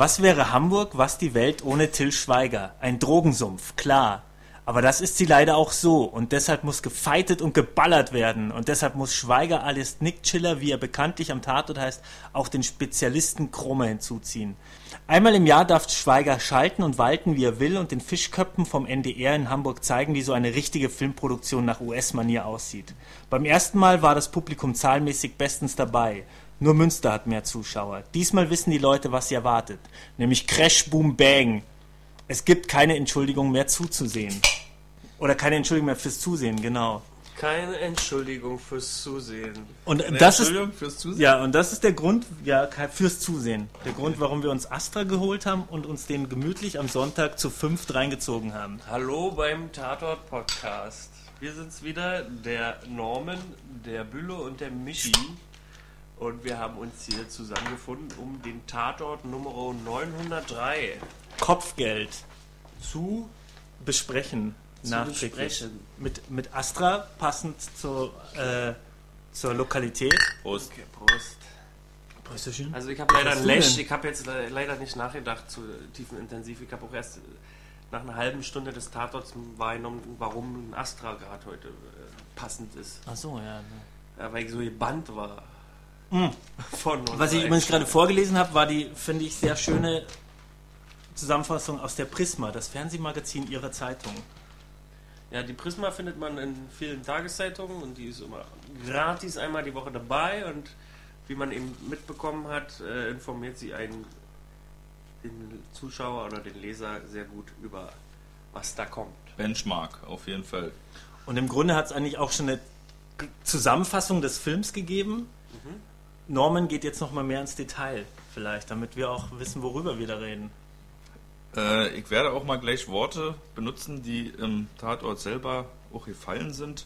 Was wäre Hamburg, was die Welt ohne Till Schweiger? Ein Drogensumpf, klar. Aber das ist sie leider auch so und deshalb muss gefeitet und geballert werden und deshalb muss Schweiger alias Nick Chiller, wie er bekanntlich am Tatort heißt, auch den Spezialisten Chrome hinzuziehen. Einmal im Jahr darf Schweiger schalten und walten, wie er will und den Fischköpfen vom NDR in Hamburg zeigen, wie so eine richtige Filmproduktion nach US-Manier aussieht. Beim ersten Mal war das Publikum zahlenmäßig bestens dabei. Nur Münster hat mehr Zuschauer. Diesmal wissen die Leute, was sie erwartet. Nämlich Crash, Boom, Bang. Es gibt keine Entschuldigung mehr zuzusehen. Oder keine Entschuldigung mehr fürs Zusehen, genau. Keine Entschuldigung fürs Zusehen. Und Eine das ist, Entschuldigung fürs Zusehen? ja, und das ist der Grund, ja, fürs Zusehen. Der Grund, warum wir uns Astra geholt haben und uns den gemütlich am Sonntag zu 5 reingezogen haben. Hallo beim Tatort-Podcast. Wir sind's wieder, der Norman, der Bülow und der Michi. Und wir haben uns hier zusammengefunden, um den Tatort Nummer 903 Kopfgeld zu besprechen. Nachträglich. besprechen. Mit Astra, passend zur Lokalität. Prost. Okay, Prost. Prösterchen. Also ich habe leider Was ein hast du Lash, denn? ich habe jetzt leider nicht nachgedacht zu tiefenintensiv. Ich habe auch erst nach einer halben Stunde des Tatorts wahrgenommen, warum ein Astra gerade heute passend ist. Ach so, ja. Ja, weil ich so gebannt war. Mhm. Von Was ich übrigens gerade vorgelesen habe, war die, finde ich, sehr schöne Zusammenfassung aus der Prisma, das Fernsehmagazin ihrer Zeitung. Ja, die Prisma findet man in vielen Tageszeitungen und die ist immer gratis einmal die Woche dabei und wie man eben mitbekommen hat, informiert sie den Zuschauer oder den Leser sehr gut über was da kommt. Benchmark, auf jeden Fall. Und im Grunde hat es eigentlich auch schon eine Zusammenfassung des Films gegeben. Norman geht jetzt noch mal mehr ins Detail, vielleicht, damit wir auch wissen, worüber wir da reden. Ich werde auch mal gleich Worte benutzen, die im Tatort selber auch gefallen sind.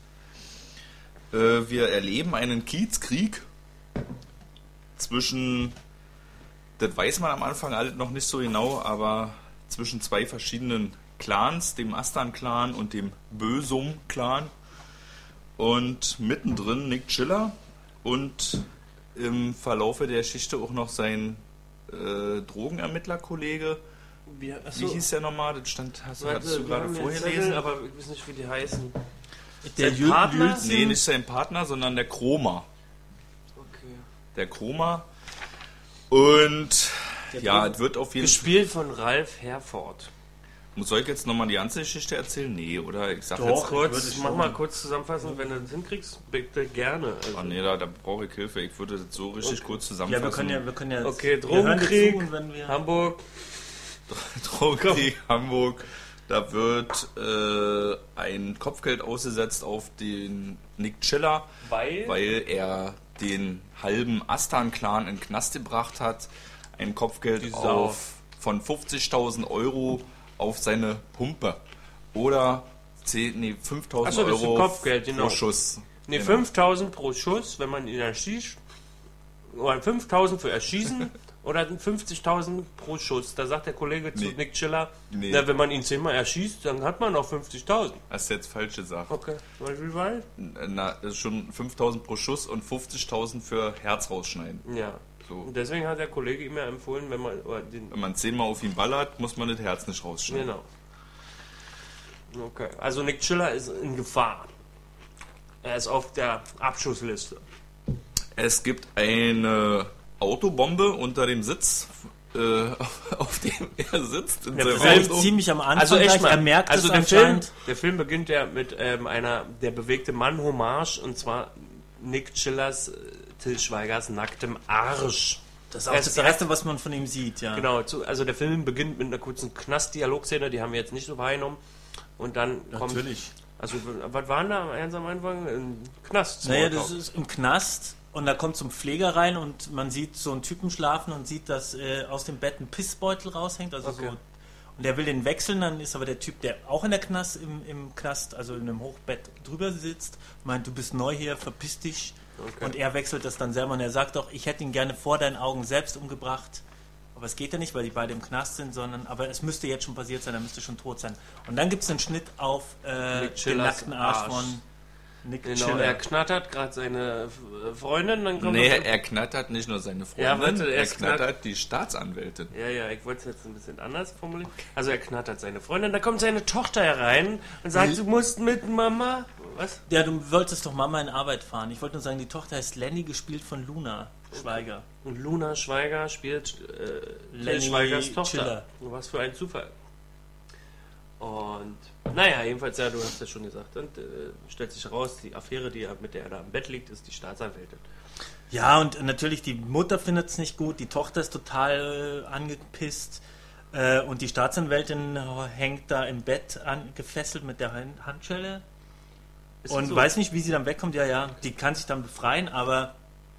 Wir erleben einen Kiezkrieg zwischen, das weiß man am Anfang alles noch nicht so genau, aber zwischen zwei verschiedenen Clans, dem Astan-Clan und dem Bösum-Clan. Und mittendrin Nick Chiller und im Verlaufe der Geschichte auch noch sein Drogenermittlerkollege. Wie hieß der nochmal? Das hattest du gerade vorgelesen. Aber ich weiß nicht, wie die heißen. Der Sein Partner? Nee, nicht sein Partner, sondern der Chroma. Okay. Der Chroma. Und ja, es wird auf jeden Fall... Gespielt von Ralf Herford. Soll ich jetzt nochmal die ganze Geschichte erzählen? Nee, oder? Ich sag Doch, jetzt Kurz, mach mal kurz zusammenfassen, wenn du das hinkriegst, bitte gerne. Also. Oh nee, da brauche ich Hilfe. Ich würde das so richtig kurz zusammenfassen. Ja, wir können ja Okay, wir hören dir Drogenkrieg, zu und wenn wir Hamburg. Drogenkrieg, Hamburg. Da wird ein Kopfgeld ausgesetzt auf den Nick Chiller, weil er den halben Astan-Clan in den Knast gebracht hat. Ein Kopfgeld von 50.000 Euro auf seine Pumpe. Oder 5.000 Euro Kopfgeld, genau. pro Schuss. Ne, Genau. 5.000 pro Schuss, wenn man ihn erschießt. Oder 5.000 für Erschießen. Oder 50.000 pro Schuss. Da sagt der Kollege zu Nick Chiller, Nee. na, wenn man ihn 10-mal erschießt, dann hat man auch 50.000. Hast du jetzt falsch gesagt. Okay, wie weit? Na, das ist schon 5.000 pro Schuss und 50.000 für Herz rausschneiden. Ja. So. Und deswegen hat der Kollege ihm ja empfohlen, wenn man Wenn man 10-mal auf ihn ballert, muss man das Herz nicht rausschneiden. Genau. Okay. Also Nick Chiller ist in Gefahr. Er ist auf der Abschussliste. Es gibt eine Autobombe unter dem Sitz, auf dem er sitzt. In seinem vielleicht Auto. ziemlich am Anfang Also echt gleich, mal, er merkt also es der Film, anscheinend. der Film beginnt ja mit der bewegte Mann-Hommage und zwar Nick Chillers, Till Schweigers nacktem Arsch. Das ist auch das Erste, was man von ihm sieht, ja. Genau, also der Film beginnt mit einer kurzen Knast-Dialogszene, die haben wir jetzt nicht so wahrgenommen. Und dann kommt... Natürlich. Also, was waren da ganz am Anfang? Ein Knast. Naja, das ist im Knast und da kommt zum Pfleger rein und man sieht so einen Typen schlafen und sieht, dass aus dem Bett ein Pissbeutel raushängt. Also Okay. so, und der will den wechseln, dann ist aber der Typ, der auch in der Knast, im Knast, also in einem Hochbett drüber sitzt, meint, du bist neu hier, verpiss dich. Okay. Und er wechselt das dann selber und er sagt doch, ich hätte ihn gerne vor deinen Augen selbst umgebracht. Aber es geht ja nicht, weil die beide im Knast sind, aber es müsste jetzt schon passiert sein, er müsste schon tot sein. Und dann gibt es einen Schnitt auf den Chillers nackten Arsch Arsch. von Nick Genau, Chiller. er knattert gerade seine Freundin, dann kommt er knattert nicht nur seine Freundin, warte, er knattert die Staatsanwältin. Ja, ich wollte es jetzt ein bisschen anders formulieren. Also er knattert seine Freundin, da kommt seine Tochter herein und sagt, du musst mit Mama. Was? Ja, du wolltest doch Mama in Arbeit fahren. Ich wollte nur sagen, die Tochter heißt Lenny, gespielt von Luna Schweiger. Und Luna Schweiger spielt Lenny Schweigers Tochter. Chiller. Was für ein Zufall. Und naja, jedenfalls, ja, du hast das schon gesagt. Und stellt sich heraus, die Affäre, mit der er da im Bett liegt, ist die Staatsanwältin. Ja, und natürlich die Mutter findet es nicht gut, die Tochter ist total angepisst und die Staatsanwältin hängt da im Bett gefesselt mit der Handschelle und so? weiß nicht, wie sie dann wegkommt. Ja, die kann sich dann befreien, aber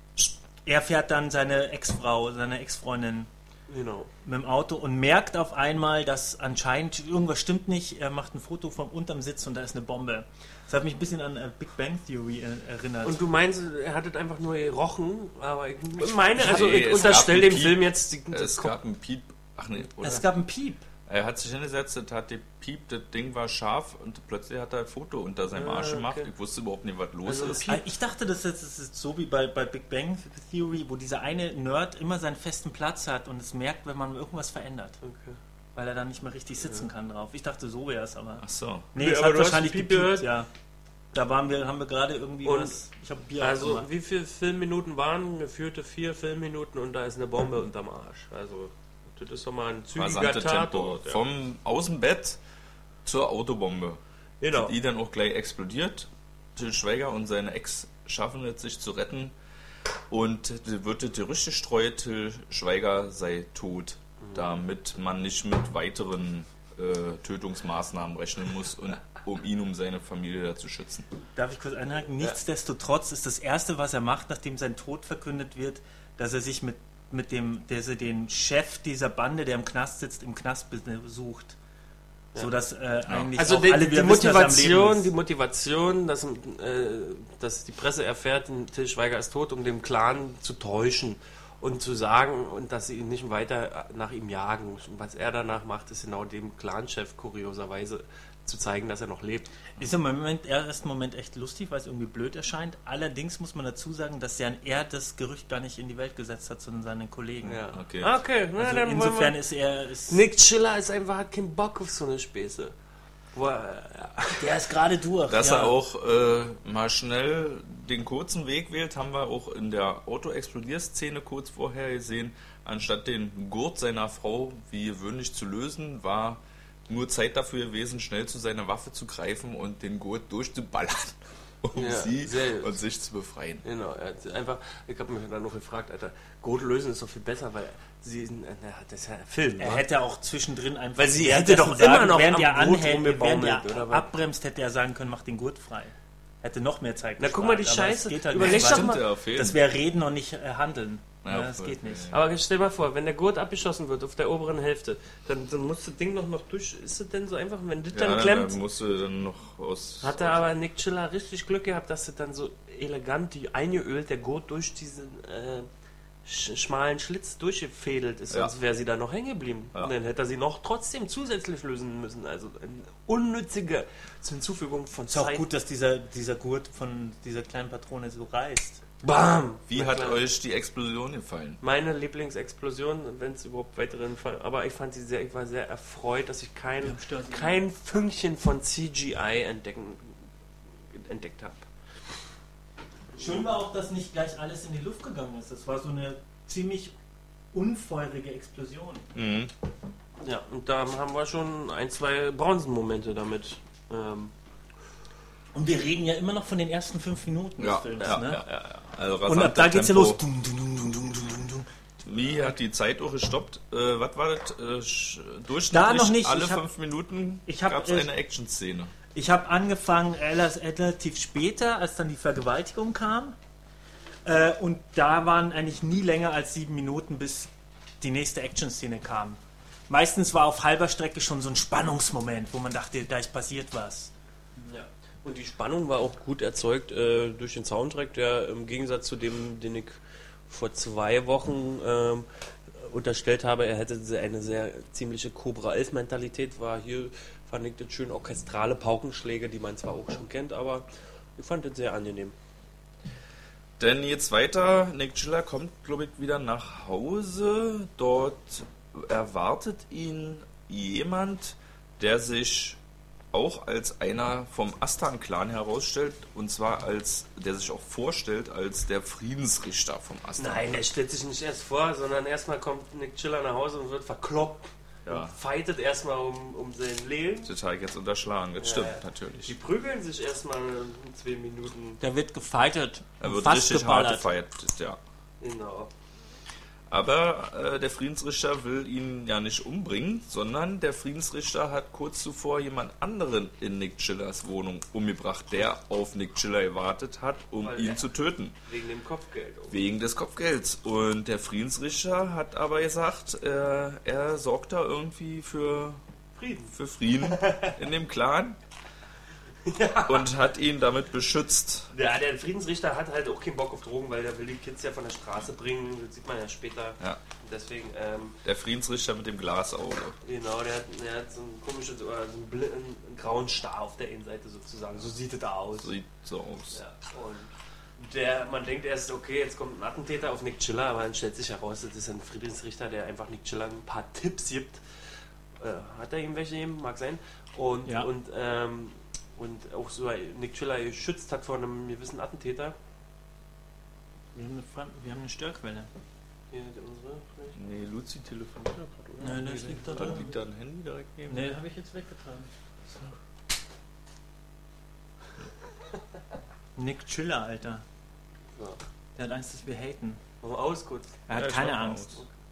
er fährt dann seine Ex-Frau, seine Ex-Freundin Genau. mit dem Auto und merkt auf einmal, dass anscheinend irgendwas stimmt nicht. Er macht ein Foto vom unterm Sitz und da ist eine Bombe. Das hat mich ein bisschen an Big Bang Theory erinnert. Und du meinst, er hat es einfach nur gerochen, aber ich meine, also Nee, ich unterstelle dem Piep. Film jetzt... Es gab einen Piep. Ach nee, oder? Es gab einen Piep. Er hat sich hingesetzt, hat gepiep, das Ding war scharf und plötzlich hat er ein Foto unter seinem Arsch gemacht. okay. Ich wusste überhaupt nicht, was los Also ist. Ich dachte, das ist so wie bei Big Bang Theory, wo dieser eine Nerd immer seinen festen Platz hat und es merkt, wenn man irgendwas verändert. Okay. Weil er dann nicht mehr richtig sitzen kann drauf. Ich dachte, so wäre es aber. Ach so. Nee, es aber hat du hast wahrscheinlich Piep gepiept, gehört? ja. Da haben wir gerade irgendwie Und was. Ich habe Bier Also aufgemacht. wie viele Filmminuten waren? Geführte 4 Filmminuten und da ist eine Bombe unterm Arsch. Also das ist doch mal ein zügiger Rasante Tempo. Tatort. Ja. Vom Außenbett zur Autobombe. Genau. Die dann auch gleich explodiert. Till Schweiger und seine Ex schaffen es, sich zu retten. Und wird das Gerücht gestreut, Till Schweiger sei tot. Damit man nicht mit weiteren Tötungsmaßnahmen rechnen muss, um ihn, um seine Familie da zu schützen. Darf ich kurz einhaken? Nichtsdestotrotz ist das Erste, was er macht, nachdem sein Tod verkündet wird, dass er sich dass er den Chef dieser Bande, der im Knast sitzt, im Knast besucht. Ja. So dass eigentlich also auch alle wieder wissen, dass er am Leben ist. Die Motivation, dass die Presse erfährt, Till Schweiger ist tot, um den Clan zu täuschen und zu sagen, und dass sie nicht weiter nach ihm jagen. Und was er danach macht, ist genau dem Clanchef kurioserweise zu zeigen, dass er noch lebt. Ist im ersten Moment echt lustig, weil es irgendwie blöd erscheint. Allerdings muss man dazu sagen, dass er das Gerücht gar nicht in die Welt gesetzt hat, sondern seine Kollegen. Ja. Okay. Na, Also dann insofern Nick Chiller hat keinen Bock auf so eine Späße. Der ist gerade durch. Dass er auch mal schnell den kurzen Weg wählt, haben wir auch in der Auto-Explodierszene kurz vorher gesehen. Anstatt den Gurt seiner Frau wie gewöhnlich zu lösen, war nur Zeit dafür gewesen, schnell zu seiner Waffe zu greifen und den Gurt durchzuballern, um sie und sich zu befreien. Genau, ich habe mich dann noch gefragt, Alter, Gurt lösen ist doch viel besser, weil das ist ja ein Film. Er hätte auch zwischendrin einfach... Weil sie hätte doch immer noch während am Gurt während er oder was? abbremst, hätte er sagen können, mach den Gurt frei. Hätte noch mehr Zeit Na guck mal, die gespart, aber Scheiße. es geht halt Überleg nicht, doch weil mal. das wäre reden und nicht handeln. Ja, das geht nicht. Aber stell mal vor, wenn der Gurt abgeschossen wird auf der oberen Hälfte, dann muss das Ding noch durch. Ist das denn so einfach, wenn das dann klemmt? Dann musst du dann noch aus... Hat er aber Nick Chiller richtig Glück gehabt, dass das dann so elegant die eingeölt, der Gurt durch diesen schmalen Schlitz durchgefädelt ist, sonst wäre sie da noch hängen geblieben. Ja. Und dann hätte er sie noch trotzdem zusätzlich lösen müssen. Also eine unnützige Hinzufügung von Zeit. Ist auch Zeit. gut, dass dieser Gurt von dieser kleinen Patrone so reißt. Bam! Wie hat euch die Explosion gefallen? Meine Lieblingsexplosion, wenn es überhaupt weiteren Fall, aber ich war sehr erfreut, dass ich kein Fünkchen von CGI entdeckt habe. Schön war auch, dass nicht gleich alles in die Luft gegangen ist. Das war so eine ziemlich unfeurige Explosion. Mhm. Ja, und da haben wir schon 1-2 Bronzenmomente damit. Und wir reden ja immer noch von den ersten 5 Minuten des Films. Ne? Also und ab da geht's ja los. Wie hat die Zeit auch gestoppt? Was war das? Durchschnittlich Da noch nicht. alle 5 Minuten gab es eine Action-Szene. Ich habe angefangen relativ später, als dann die Vergewaltigung kam. Und da waren eigentlich nie länger als 7 Minuten, bis die nächste Action-Szene kam. Meistens war auf halber Strecke schon so ein Spannungsmoment, wo man dachte, gleich passiert was. Ja. Und die Spannung war auch gut erzeugt durch den Soundtrack, der im Gegensatz zu dem, den ich vor 2 Wochen unterstellt habe, er hätte eine sehr ziemliche Cobra 11 Mentalität, war hier, fand ich das schön orchestrale Paukenschläge, die man zwar auch schon kennt, aber Ich fand das sehr angenehm. Denn jetzt weiter, Nick Chiller kommt, glaube ich, wieder nach Hause. Dort erwartet ihn jemand, der sich auch als einer vom Astan-Clan herausstellt. Und zwar der sich auch vorstellt als der Friedensrichter vom Astan. Nein, er stellt sich nicht erst vor, sondern erstmal kommt Nick Chiller nach Hause und wird verkloppt. Ja. Und fightet erstmal um sein Leben. Das habe ich jetzt unterschlagen, das stimmt natürlich. Die prügeln sich erstmal in 2 Minuten. Da wird gefightet. Er wird fast richtig hart geballert. gefeiert, ja. Genau. Aber der Friedensrichter will ihn ja nicht umbringen, sondern der Friedensrichter hat kurz zuvor jemand anderen in Nick Chillers Wohnung umgebracht, der auf Nick Chiller gewartet hat, um ihn zu töten. Wegen dem Kopfgeld. Wegen des Kopfgelds. Und der Friedensrichter hat aber gesagt, er sorgt da irgendwie für Frieden in dem Clan. Ja. Und hat ihn damit beschützt. Ja, der Friedensrichter hat halt auch keinen Bock auf Drogen, weil der will die Kids ja von der Straße bringen. Das sieht man ja später. Ja. Deswegen, der Friedensrichter mit dem Glasauge. Genau, der hat so ein komisches, oder so einen grauen Star auf der Innenseite sozusagen. So sieht es aus. Sieht so aus. Ja. Und man denkt erst, okay, jetzt kommt ein Attentäter auf Nick Chiller, aber dann stellt sich heraus, das ist ein Friedensrichter, der einfach Nick Chiller ein paar Tipps gibt. Hat er ihm welche gegeben? Mag sein. Und auch so Nick Chiller geschützt hat vor einem gewissen Attentäter. Wir haben eine Störquelle. Hier, unsere vielleicht? Nee, Luzi telefoniert gerade, oder? Nein, das liegt da Dann drin. liegt da ein Handy direkt neben. Nee, habe ich jetzt weggetragen. So. Nick Chiller, Alter. Ja. Der hat Angst, dass wir haten. Mach mal aus kurz. Er hat keine Angst.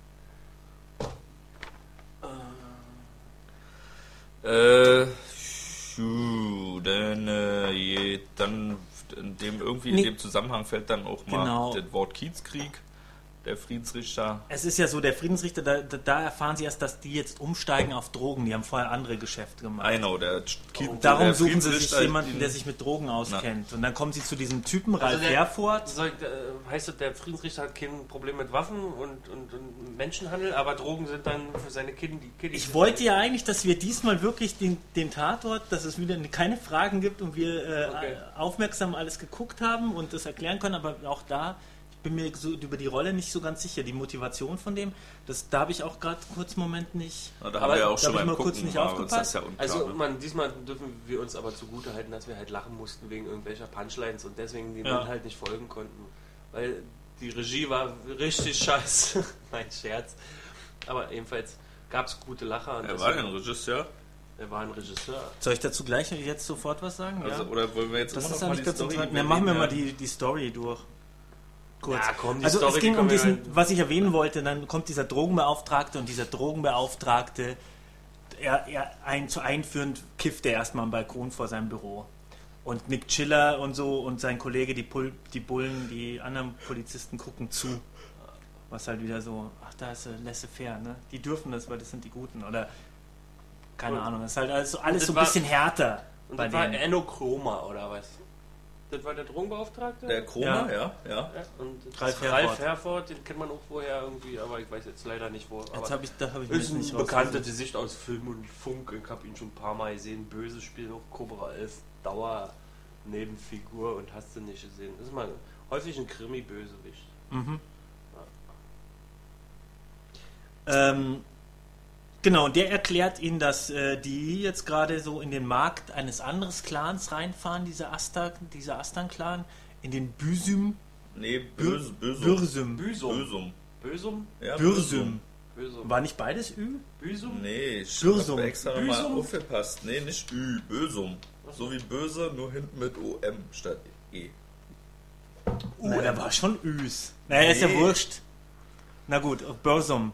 Dann in dem Zusammenhang fällt dann auch mal das Wort Kiezkrieg. Der Friedensrichter. Es ist ja so, der Friedensrichter, da erfahren sie erst, dass die jetzt umsteigen auf Drogen. Die haben vorher andere Geschäfte gemacht. Genau, und darum suchen sie sich jemanden, der sich mit Drogen auskennt. Und dann kommen sie zu diesem Typen, Ralf Herford. Heißt das, der Friedensrichter hat kein Problem mit Waffen und Menschenhandel, aber Drogen sind dann für seine Kinder. Ich wollte ja eigentlich, dass wir diesmal wirklich den Tatort, dass es wieder keine Fragen gibt und wir aufmerksam alles geguckt haben und das erklären können, aber auch da... Ich bin mir so über die Rolle nicht so ganz sicher, die Motivation von dem, da habe ich auch gerade kurz einen Moment nicht. Ja, da haben wir ja auch schon beim Gucken kurz nicht aufgepasst. Ja unklar, also diesmal dürfen wir uns aber zugute halten, dass wir halt lachen mussten wegen irgendwelcher Punchlines und deswegen den halt nicht folgen konnten, weil die Regie war richtig scheiße. Nein, Scherz. Aber jedenfalls gab es gute Lacher. Und er war ein Regisseur. Er war ein Regisseur. Soll ich dazu gleich jetzt sofort was sagen? Also, oder wollen wir jetzt das immer noch mal die Story? Machen wir mal die Story durch. Kurz. Ja, komm, es ging um diesen, was ich erwähnen wollte, dann kommt dieser Drogenbeauftragte und dieser Drogenbeauftragte, einführend kifft er erstmal am Balkon vor seinem Büro. Und Nick Chiller und so und sein Kollege, die Bullen, die anderen Polizisten gucken zu. Was halt wieder so, da ist laissez-faire, ne? Die dürfen das, weil das sind die Guten. Oder, keine Ahnung, das ist halt alles so ein bisschen härter. Und das war Enno Chroma, oder was? Das war der Drogenbeauftragte? Der Chroma, ja. Und Ralf Herford, den kennt man auch vorher irgendwie, aber ich weiß jetzt leider nicht wo. Jetzt hab ich ist ein bekannter Gesicht aus Film und Funk. Ich habe ihn schon ein paar Mal gesehen. Böse spielt auch Cobra 11, Dauer-Nebenfigur und hast du nicht gesehen. Das ist mal häufig ein Krimi-Bösewicht. Mhm. Ja. Genau, der erklärt ihnen, dass die jetzt gerade so in den Markt eines anderen Clans reinfahren, dieser Astan-Clan, in den Büsüm. Nee, Bürsüm. Büsum? Ja, Bürsüm. War nicht beides Ü? Büsum? Nee, ich Bürsum. habe extra mal aufgepasst. Nee, nicht Ü, Bösum. So wie böse, nur hinten mit OM statt E. Nein, da war schon Üs. Naja, ist ja wurscht. Na gut, Börsum.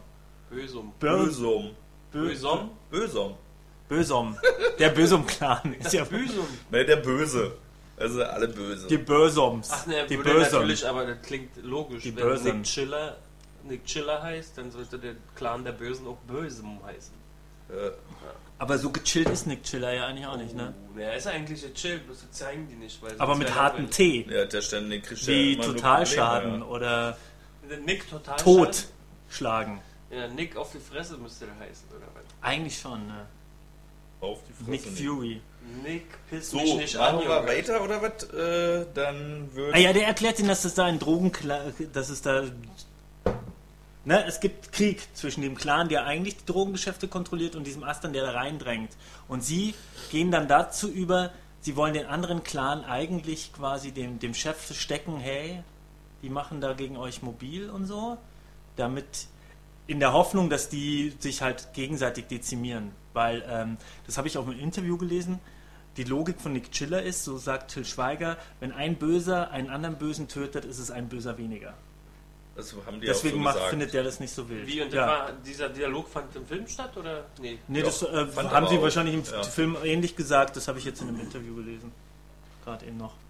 Bösom. Der Bösom-Clan ist ja Bösum. Ne, der Böse. Also alle böse. Die Bösoms. Ach ne, die Bösom. Natürlich, aber das klingt logisch. Die Wenn Bösen. Nick Chiller heißt, dann sollte der Clan der Bösen auch Bösum heißen. Aber so gechillt ist Nick Chiller ja eigentlich auch nicht, ne? Er ist eigentlich gechillt, bloß das zeigen die nicht. Weil aber mit hartem T. Ja, der ständig kriegt wie Totalschaden oder Nick Totalschaden. Tod schlagen. Ja, Nick auf die Fresse müsste der heißen, oder was? Eigentlich schon, ne? Auf die Fresse. Nick Fury. Nick, piss So, mich nicht machen an, wir Junge. weiter oder was? Dann würde... Ah ja, der erklärt ihnen, dass es da dass es da... Ne, es gibt Krieg zwischen dem Clan, der eigentlich die Drogengeschäfte kontrolliert, und diesem Astern, der da reindrängt. Und sie gehen dann dazu über, sie wollen den anderen Clan eigentlich quasi dem Chef stecken, hey, die machen da gegen euch mobil und so, damit in der Hoffnung, dass die sich halt gegenseitig dezimieren. Weil, das habe ich auch im Interview gelesen, die Logik von Nick Chiller ist, so sagt Til Schweiger, wenn ein Böser einen anderen Bösen tötet, ist es ein Böser weniger. Das haben die Deswegen auch so findet der das nicht so wild. Wie, und dieser Dialog fand im Film statt, oder? Nee, das haben sie wahrscheinlich im Film ähnlich gesagt, das habe ich jetzt in einem Interview gelesen. Gerade eben noch.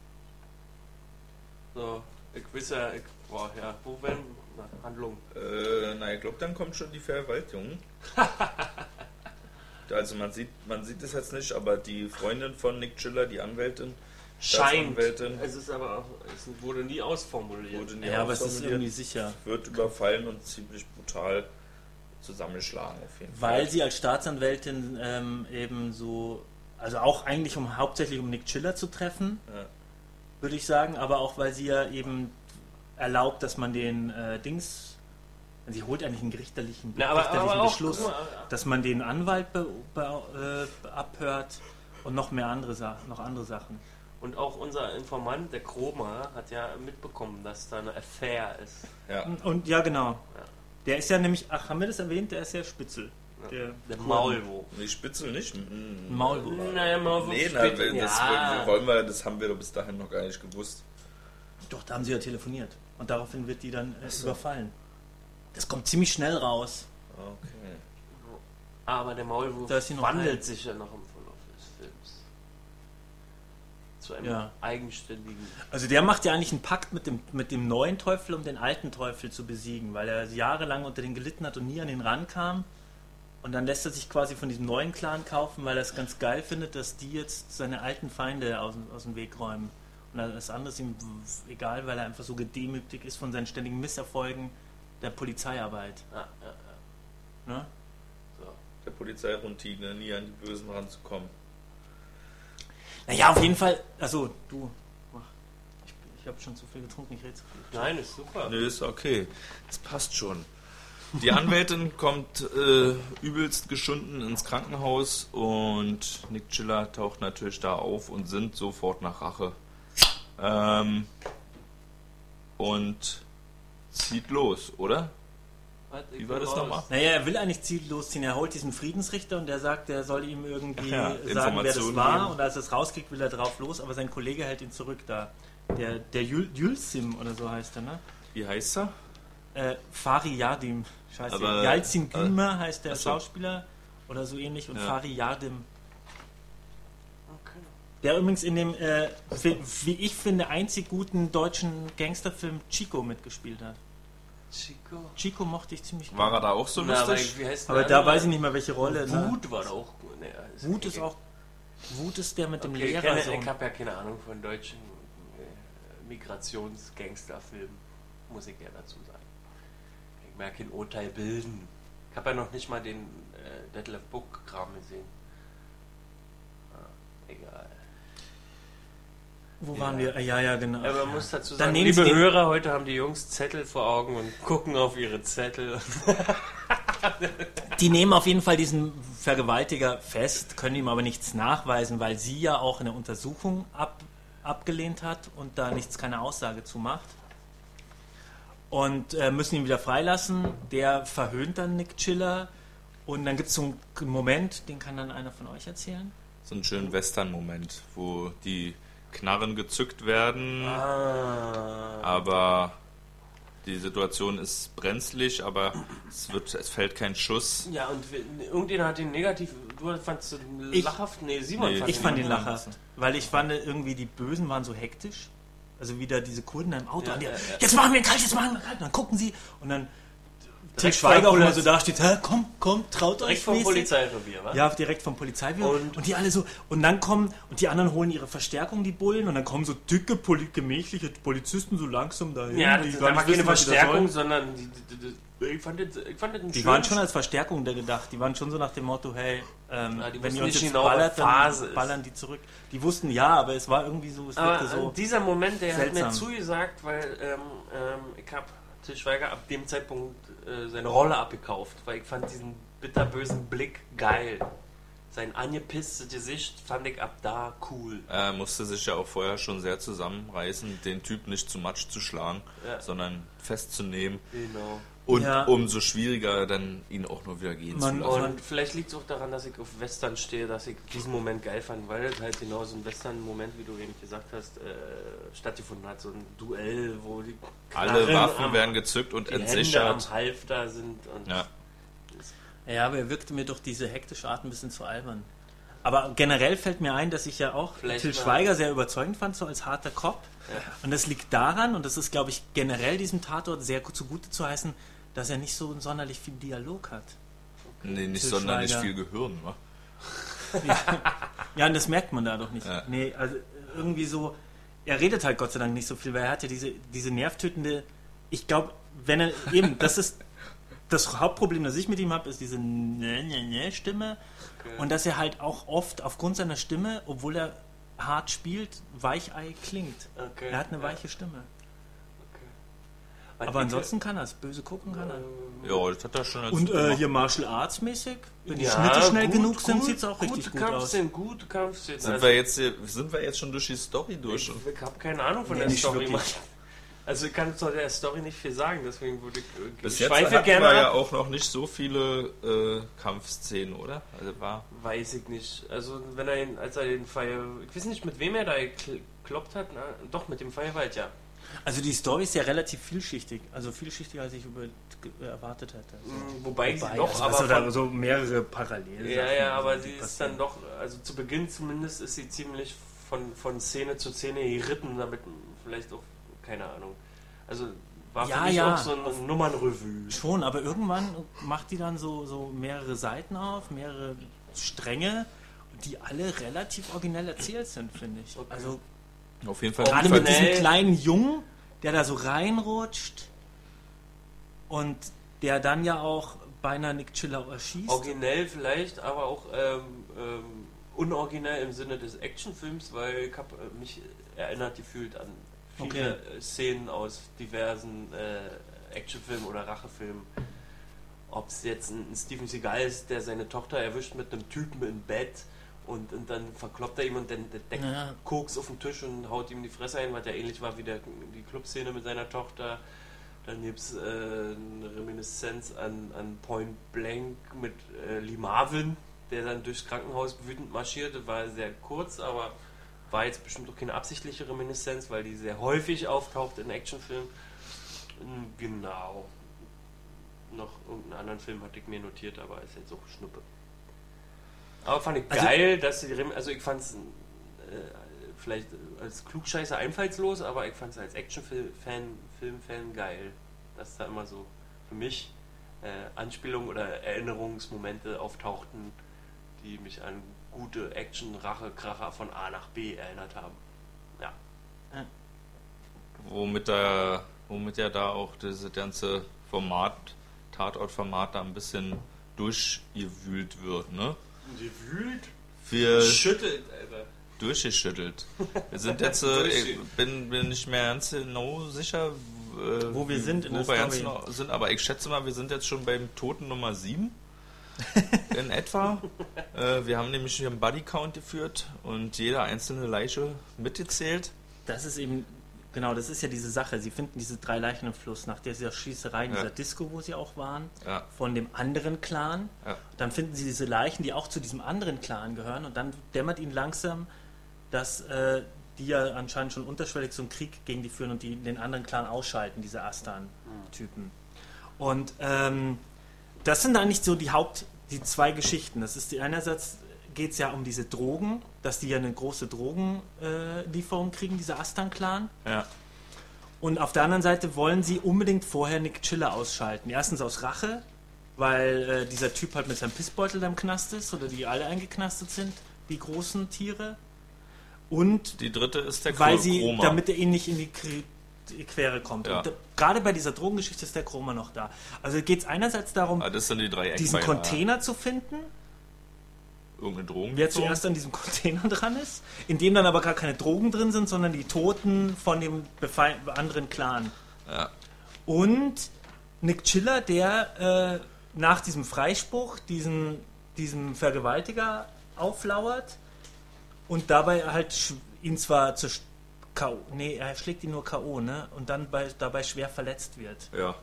So, ich weiß ja, wo werden Handlung? Ich glaube, dann kommt schon die Verwaltung. Also man sieht es jetzt nicht, aber die Freundin von Nick Chiller, die Anwältin, Scheint. Es ist aber auch, es wurde nie ausformuliert. Aber es ist irgendwie sicher. Wird überfallen und ziemlich brutal zusammengeschlagen auf jeden Fall. Weil sie als Staatsanwältin eben so, also auch eigentlich hauptsächlich um Nick Chiller zu treffen, würde ich sagen, aber auch weil sie ja eben erlaubt, dass man den sie holt eigentlich einen richterlichen Beschluss, dass man den Anwalt abhört und noch andere Sachen. Und auch unser Informant, der Kromer, hat ja mitbekommen, dass da eine Affair ist. Ja. Und ja, genau. Ja. Der ist ja nämlich, haben wir das erwähnt, der ist ja Spitzel. Ja. Der Maulwurf. Nee, Spitzel nicht. Maulwurf. Naja, Maulwurf. Nee, das haben wir bis dahin noch gar nicht gewusst. Doch, da haben sie ja telefoniert. Und daraufhin wird die dann überfallen. Das kommt ziemlich schnell raus. Okay. Aber der Maulwurf wandelt sich ja noch im Verlauf des Films. Zu einem eigenständigen... Also der macht ja eigentlich einen Pakt mit dem neuen Teufel, um den alten Teufel zu besiegen, weil er jahrelang unter den gelitten hat und nie an den rankam. Und dann lässt er sich quasi von diesem neuen Clan kaufen, weil er es ganz geil findet, dass die jetzt seine alten Feinde aus dem Weg räumen. Und das andere ist ihm egal, weil er einfach so gedemütigt ist von seinen ständigen Misserfolgen der Polizeiarbeit. Ne? So. Der Polizeiroutine, nie an die Bösen ranzukommen. Naja, auf jeden Fall. Also, du. Ich habe schon zu viel getrunken, ich rede zu viel. Nein, ist super. Nö, ist okay. Das passt schon. Die Anwältin kommt übelst geschunden ins Krankenhaus und Nick Chiller taucht natürlich da auf und sinnt sofort nach Rache. Und zieht los, oder? Wie war das nochmal? Naja, er will eigentlich losziehen. Er holt diesen Friedensrichter und der sagt, der soll ihm irgendwie sagen, wer das war. Geben. Und als er es rauskriegt, will er drauf los, aber sein Kollege hält ihn zurück da. Der Yulsim oder so heißt er, ne? Wie heißt er? Fari Yardim. Scheiße. Yalcin Gülmer heißt der Schauspieler oder so ähnlich und Fari Yardim. Okay. Der übrigens in dem, wie ich finde, einzig guten deutschen Gangsterfilm Chico mitgespielt hat. Chico mochte ich ziemlich gut. War er da auch so lustig? Aber da weiß ich nicht mehr, welche Rolle. Wut war auch gut. Nee, Wut ist auch. Wut ist der mit dem Lehrer. Ich habe ja keine Ahnung von deutschen Migrations-Gangsterfilmen, muss ich ja dazu sagen. Ich merke kein Urteil bilden. Ich habe ja noch nicht mal den Detlef Book-Kram gesehen. Egal. Wo waren wir? Ja, genau. Aber man muss dazu sagen, liebe Hörer, heute haben die Jungs Zettel vor Augen und gucken auf ihre Zettel. Die nehmen auf jeden Fall diesen Vergewaltiger fest, können ihm aber nichts nachweisen, weil sie ja auch eine Untersuchung abgelehnt hat und da keine Aussage zu macht. Und müssen ihn wieder freilassen. Der verhöhnt dann Nick Chiller. Und dann gibt es so einen Moment, den kann dann einer von euch erzählen. So einen schönen Western-Moment, wo die Knarren gezückt werden, aber die Situation ist brenzlig, aber es fällt kein Schuss. Ja, und irgendjemand hat ihn negativ, du fandst ihn lachhaft? Ich fand ihn lachhaft, weil ich fand irgendwie, die Bösen waren so hektisch, also wieder diese Kurden im Auto, jetzt machen wir kalt, dann gucken sie und dann Til Schweiger auch immer so da steht, komm, traut euch. Direkt vom Polizeirevier, wa? Ja, direkt vom Polizeirevier. Und die alle so, und dann kommen, und die anderen holen ihre Verstärkung, die Bullen, und dann kommen so dicke, gemächliche Polizisten so langsam dahin. Ja, das war keine Verstärkung, sondern ich fand das die waren schon als Verstärkung gedacht. Die waren schon so nach dem Motto, hey, wenn ihr uns jetzt genau, ballert, dann ballern die zurück. Die wussten ja, aber es war irgendwie so, dieser Moment, der seltsam. hat mir zugesagt, weil ich habe Til Schweiger ab dem Zeitpunkt seine Rolle abgekauft, weil ich fand diesen bitterbösen Blick geil. Sein angepisstes Gesicht fand ich ab da cool. Er musste sich ja auch vorher schon sehr zusammenreißen, den Typ nicht zu Matsch zu schlagen, sondern festzunehmen. Genau. Und umso schwieriger dann ihn auch nur wieder gehen zu lassen. Und vielleicht liegt es auch daran, dass ich auf Western stehe, dass ich diesen Moment geil fand, weil es halt genau so ein Western-Moment, wie du eben gesagt hast, stattgefunden hat. So ein Duell, wo die alle Waffen werden gezückt und entsichert. Hände am Halfter sind. Und ja, aber er wirkte mir doch diese hektische Art ein bisschen zu albern. Aber generell fällt mir ein, dass ich ja auch Til Schweiger sehr überzeugend fand, so als harter Cop. Ja. Und das liegt daran, und das ist, glaube ich, generell diesem Tatort sehr zugute zu heißen, dass er nicht so sonderlich viel Dialog hat. Nee, nicht Til sonderlich Schweiger. Viel Gehirn, wa? Ja, und das merkt man da doch nicht. Ja. Nee, also irgendwie so, er redet halt Gott sei Dank nicht so viel, weil er hat ja diese nervtötende, ich glaube, wenn er eben, das ist das Hauptproblem, das ich mit ihm habe, ist diese Stimme. Okay. Und dass er halt auch oft aufgrund seiner Stimme, obwohl er hart spielt, Weichei klingt. Okay. Er hat eine weiche Stimme. Okay. Aber ansonsten kann er es. Böse gucken kann er. Ja, das hat er schon. Und hier Martial Arts mäßig, wenn die Schnitte schnell genug sind, sieht es auch richtig gut aus. Gute Kampfszenen. Sind wir jetzt schon durch die Story durch? Ich habe keine Ahnung von der Story. Also ich kann zu der Story nicht viel sagen, deswegen würde ich bis jetzt hatten wir ja auch noch nicht so viele Kampfszenen, oder? Also weiß ich nicht. Also als er den Feuer, ich weiß nicht, mit wem er da gekloppt hat, doch mit dem Feuerwald, ja. Also die Story ist ja relativ vielschichtig, also vielschichtiger als ich erwartet hätte. Also wobei sie doch, also aber so mehrere Parallelen. Ja, aber sie ist dann doch, also zu Beginn zumindest ist sie ziemlich von Szene zu Szene geritten, damit vielleicht auch keine Ahnung. Also war für mich auch so eine Nummernrevue. Schon, aber irgendwann macht die dann so mehrere Seiten auf, mehrere Stränge, die alle relativ originell erzählt sind, finde ich. Okay. Also auf jeden Fall. Gerade mit diesem kleinen Jungen, der da so reinrutscht und der dann ja auch beinahe Nick Chiller erschießt. Originell vielleicht, aber auch unoriginell im Sinne des Actionfilms, weil ich habe mich erinnert gefühlt an viele Szenen aus diversen Actionfilmen oder Rachefilmen. Ob es jetzt ein Steven Seagal ist, der seine Tochter erwischt mit einem Typen im Bett und dann verkloppt er ihm und dann deckt Koks auf den Tisch und haut ihm die Fresse ein, was ja ähnlich war wie die Clubszene mit seiner Tochter. Dann gibt es eine Reminiszenz an Point Blank mit Lee Marvin, der dann durchs Krankenhaus wütend marschiert. Das war sehr kurz, aber war jetzt bestimmt auch keine absichtliche Reminiszenz, weil die sehr häufig auftaucht in Actionfilmen. Genau. Noch irgendeinen anderen Film hatte ich mir notiert, aber ist jetzt auch Schnuppe. Aber fand ich geil, dass sie ich fand es vielleicht als Klugscheißer einfallslos, aber ich fand es als Actionfilm-Fan geil, dass da immer so für mich Anspielungen oder Erinnerungsmomente auftauchten, die mich an gute Action-Rache-Kracher von A nach B erinnert haben. Ja. Womit ja da auch dieses ganze Tatort-Format da ein bisschen durchgewühlt wird, ne? Gewühlt? Geschüttelt, Alter. Durchgeschüttelt. Wir sind jetzt, ich bin nicht mehr ganz genau sicher, wo wir sind in der Story. Sind, aber ich schätze mal, wir sind jetzt schon beim Toten Nummer 7. In etwa. Wir haben nämlich hier einen Bodycount geführt und jede einzelne Leiche mitgezählt. Das ist eben, genau, das ist ja diese Sache. Sie finden diese 3 Leichen im Fluss nach dieser Schießerei in dieser Disco, wo sie auch waren, von dem anderen Clan. Ja. Dann finden sie diese Leichen, die auch zu diesem anderen Clan gehören, und dann dämmert ihnen langsam, dass die ja anscheinend schon unterschwellig so einen Krieg gegen die führen und die den anderen Clan ausschalten, diese Astan-Typen. Und das sind eigentlich so die 2 Geschichten. Das ist einerseits geht es ja um diese Drogen, dass die ja eine große Drogenlieferung kriegen, dieser Astan-Clan. Ja. Und auf der anderen Seite wollen sie unbedingt vorher Nick Chiller ausschalten. Erstens aus Rache, weil dieser Typ halt mit seinem Pissbeutel da im Knast ist oder die alle eingeknastet sind, die großen Tiere. Und die dritte ist der weil sie, Chroma. damit er ihnen nicht in die Quere kommt. Ja. Und gerade bei dieser Drogengeschichte ist der Chroma noch da. Also geht es einerseits darum, das sind die drei diesen Eckpfeiler. Container zu finden, Irgendeine Drogen. wer zuerst an diesem Container dran ist, in dem dann aber gar keine Drogen drin sind, sondern die Toten von dem anderen Clan. Ja. Und Nick Chiller, der nach diesem Freispruch diesem Vergewaltiger auflauert und dabei halt ihn zwar zu K.O. Nee, er schlägt ihn nur K.O., ne? Und dann dabei schwer verletzt wird. Ja.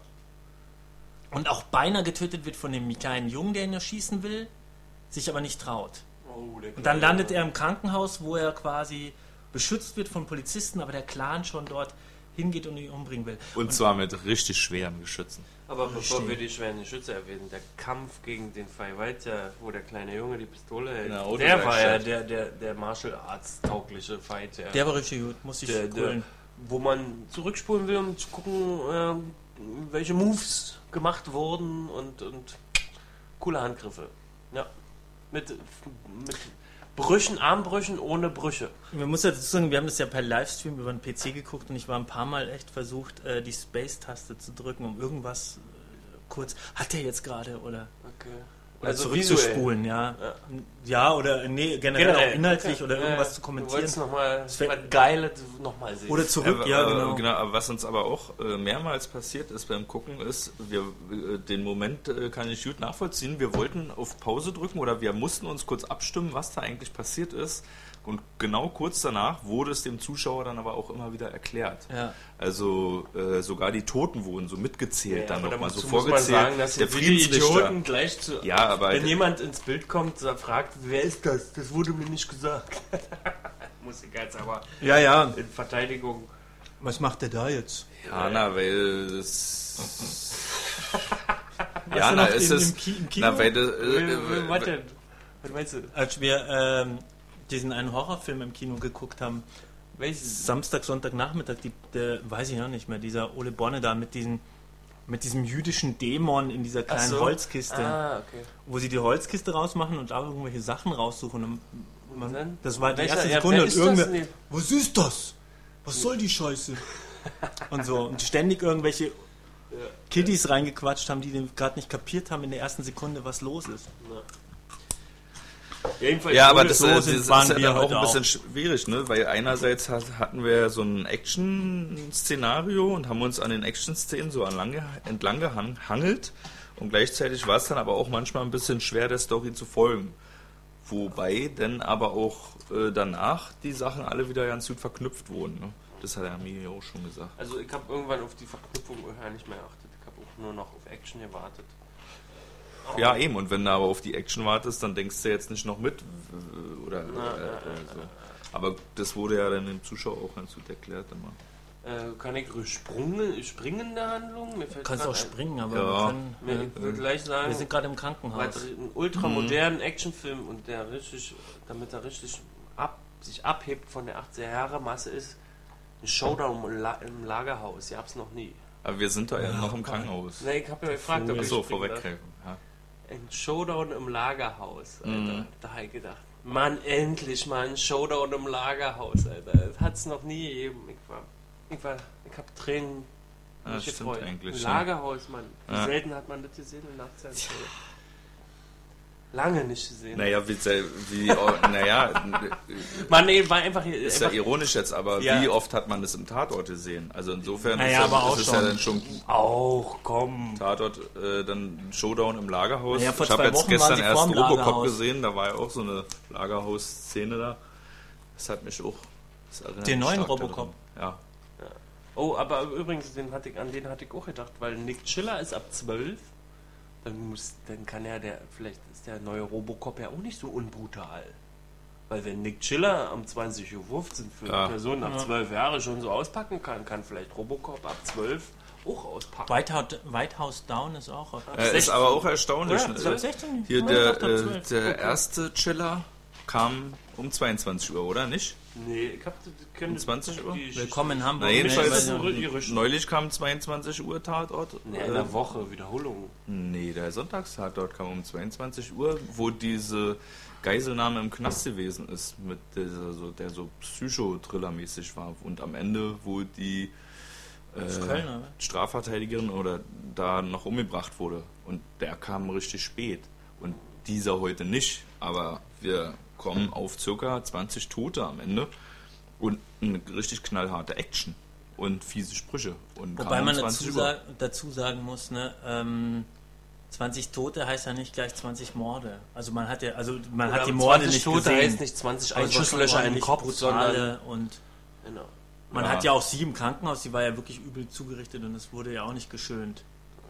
Und auch beinahe getötet wird von dem kleinen Jungen, der ihn erschießen will, sich aber nicht traut. Und dann landet er im Krankenhaus, wo er quasi beschützt wird von Polizisten, aber der Clan schon dort hingeht und ihn umbringen will. Und zwar mit richtig schweren Geschützen. Aber bevor wir die schweren Geschütze erwähnen, der Kampf gegen den Fighter, wo der kleine Junge die Pistole hält, der war ja der Martial Arts taugliche Fight. Der war richtig gut, muss ich cool. Wo man zurückspulen will, um zu gucken, welche Moves gemacht wurden und coole Handgriffe. Ja. Mit Brüchen, Armbrüchen ohne Brüche. Man muss dazu sagen, wir haben das ja per Livestream über den PC geguckt und ich war ein paar Mal echt versucht, die Space-Taste zu drücken, um irgendwas kurz, hat der jetzt gerade, oder? Okay. Oder also zurückzuspulen, ja. Oder generell auch inhaltlich oder irgendwas zu kommentieren. Du wolltest nochmal Geile nochmal sehen. Oder zurück, genau. Aber was uns aber auch mehrmals passiert ist beim Gucken, ist, den Moment kann ich gut nachvollziehen, wir wollten auf Pause drücken oder wir mussten uns kurz abstimmen, was da eigentlich passiert ist. Und genau kurz danach wurde es dem Zuschauer dann aber auch immer wieder erklärt. Ja. Also sogar die Toten wurden so mitgezählt, dann nochmal so vorgezählt. Sagen, dass der Idioten gleich zu... Ja, aber wenn jemand ins Bild kommt, fragt, wer ist das? Das wurde mir nicht gesagt. Muss ich jetzt aber in Verteidigung... Was macht der da jetzt? Ja, weil es... im Kino? Was denn? Was meinst du? Als wir diesen einen Horrorfilm im Kino geguckt haben, Samstag, Sonntagnachmittag, der weiß ich noch nicht mehr, dieser Ole Borne da mit diesem jüdischen Dämon in dieser kleinen Holzkiste, wo sie die Holzkiste rausmachen und da irgendwelche Sachen raussuchen. Das war die erste Sekunde und irgendwer, was ist das? Was soll die Scheiße? Und so. Und ständig irgendwelche Kiddies reingequatscht haben, die gerade nicht kapiert haben in der ersten Sekunde, was los ist. Ja, aber das ist ja dann auch ein bisschen schwierig, ne? Weil einerseits hatten wir so ein Action-Szenario und haben uns an den Action-Szenen so entlang gehangelt und gleichzeitig war es dann aber auch manchmal ein bisschen schwer, der Story zu folgen. Wobei dann aber auch danach die Sachen alle wieder ganz gut verknüpft wurden, ne? Das hat der Migi auch schon gesagt. Also ich habe irgendwann auf die Verknüpfung nicht mehr geachtet. Ich habe auch nur noch auf Action gewartet. Ja, eben. Und wenn du aber auf die Action wartest, dann denkst du jetzt nicht noch mit. Oder so. Aber das wurde ja dann dem Zuschauer auch ganz gut erklärt. Immer. Kann ich springen in der Handlung? Du kannst auch springen, aber ich würde gleich sagen, wir sind gerade im Krankenhaus. Ein ultramodernen Actionfilm und damit er richtig sich abhebt von der 80er-Jahre-Masse ist, ein Showdown im Lagerhaus. Ihr habt's noch nie. Aber wir sind da ja noch im Krankenhaus. Nee, ich habe ja gefragt, ob ich vorweggreifen. Ja. Ein Showdown im Lagerhaus, Alter. Da habe ich gedacht, Mann, endlich mal ein Showdown im Lagerhaus, Alter. Das hat's noch nie gegeben. Ich habe Tränen mich gefreut. Ein Lagerhaus, Mann. Wie selten hat man das gesehen in Nachtzeit? Lange nicht gesehen. Naja, Mann, nee, war einfach... Ist ja ironisch jetzt, aber wie oft hat man das im Tatort gesehen? Also insofern ist ja dann schon... Auch, komm. Tatort, dann Showdown im Lagerhaus. Naja, ich habe jetzt gestern erst Robocop gesehen, da war ja auch so eine Lagerhaus-Szene da. Das hat mich auch... Den neuen Robocop? Ja. Oh, aber übrigens, an den hatte ich auch gedacht, weil Nick Chiller ist ab 12... Dann kann vielleicht ist der neue Robocop ja auch nicht so unbrutal. Weil wenn Nick Chiller am 20.15 Uhr für eine Person ab 12 Jahre schon so auspacken kann vielleicht Robocop ab 12 auch auspacken. White House Down ist auch ab 16. Ist aber auch erstaunlich. Ja, 16? Hier der erste Chiller kam um 22 Uhr, oder nicht? Nee, ich hab... Um 20 Uhr? Willkommen in Hamburg. Neulich kam 22 Uhr Tatort. Nee, in der Woche, Wiederholung. Nee, der Sonntagstatort kam um 22 Uhr, wo diese Geiselnahme im Knast gewesen ist, mit der so Psycho-Thriller-mäßig war. Und am Ende, wo die Strafverteidigerin oder da noch umgebracht wurde. Und der kam richtig spät. Und dieser heute nicht. Aber wir kommen auf ca. 20 Tote am Ende und eine richtig knallharte Action und fiese Sprüche. Und wobei man dazu sagen muss, ne, 20 Tote heißt ja nicht gleich 20 Morde. Also man hat die Morde nicht Tote gesehen. heißt nicht 20 Einschusslöcher in den Kopf, sondern und genau. Man hat ja auch sie im Krankenhaus, die war ja wirklich übel zugerichtet und es wurde ja auch nicht geschönt.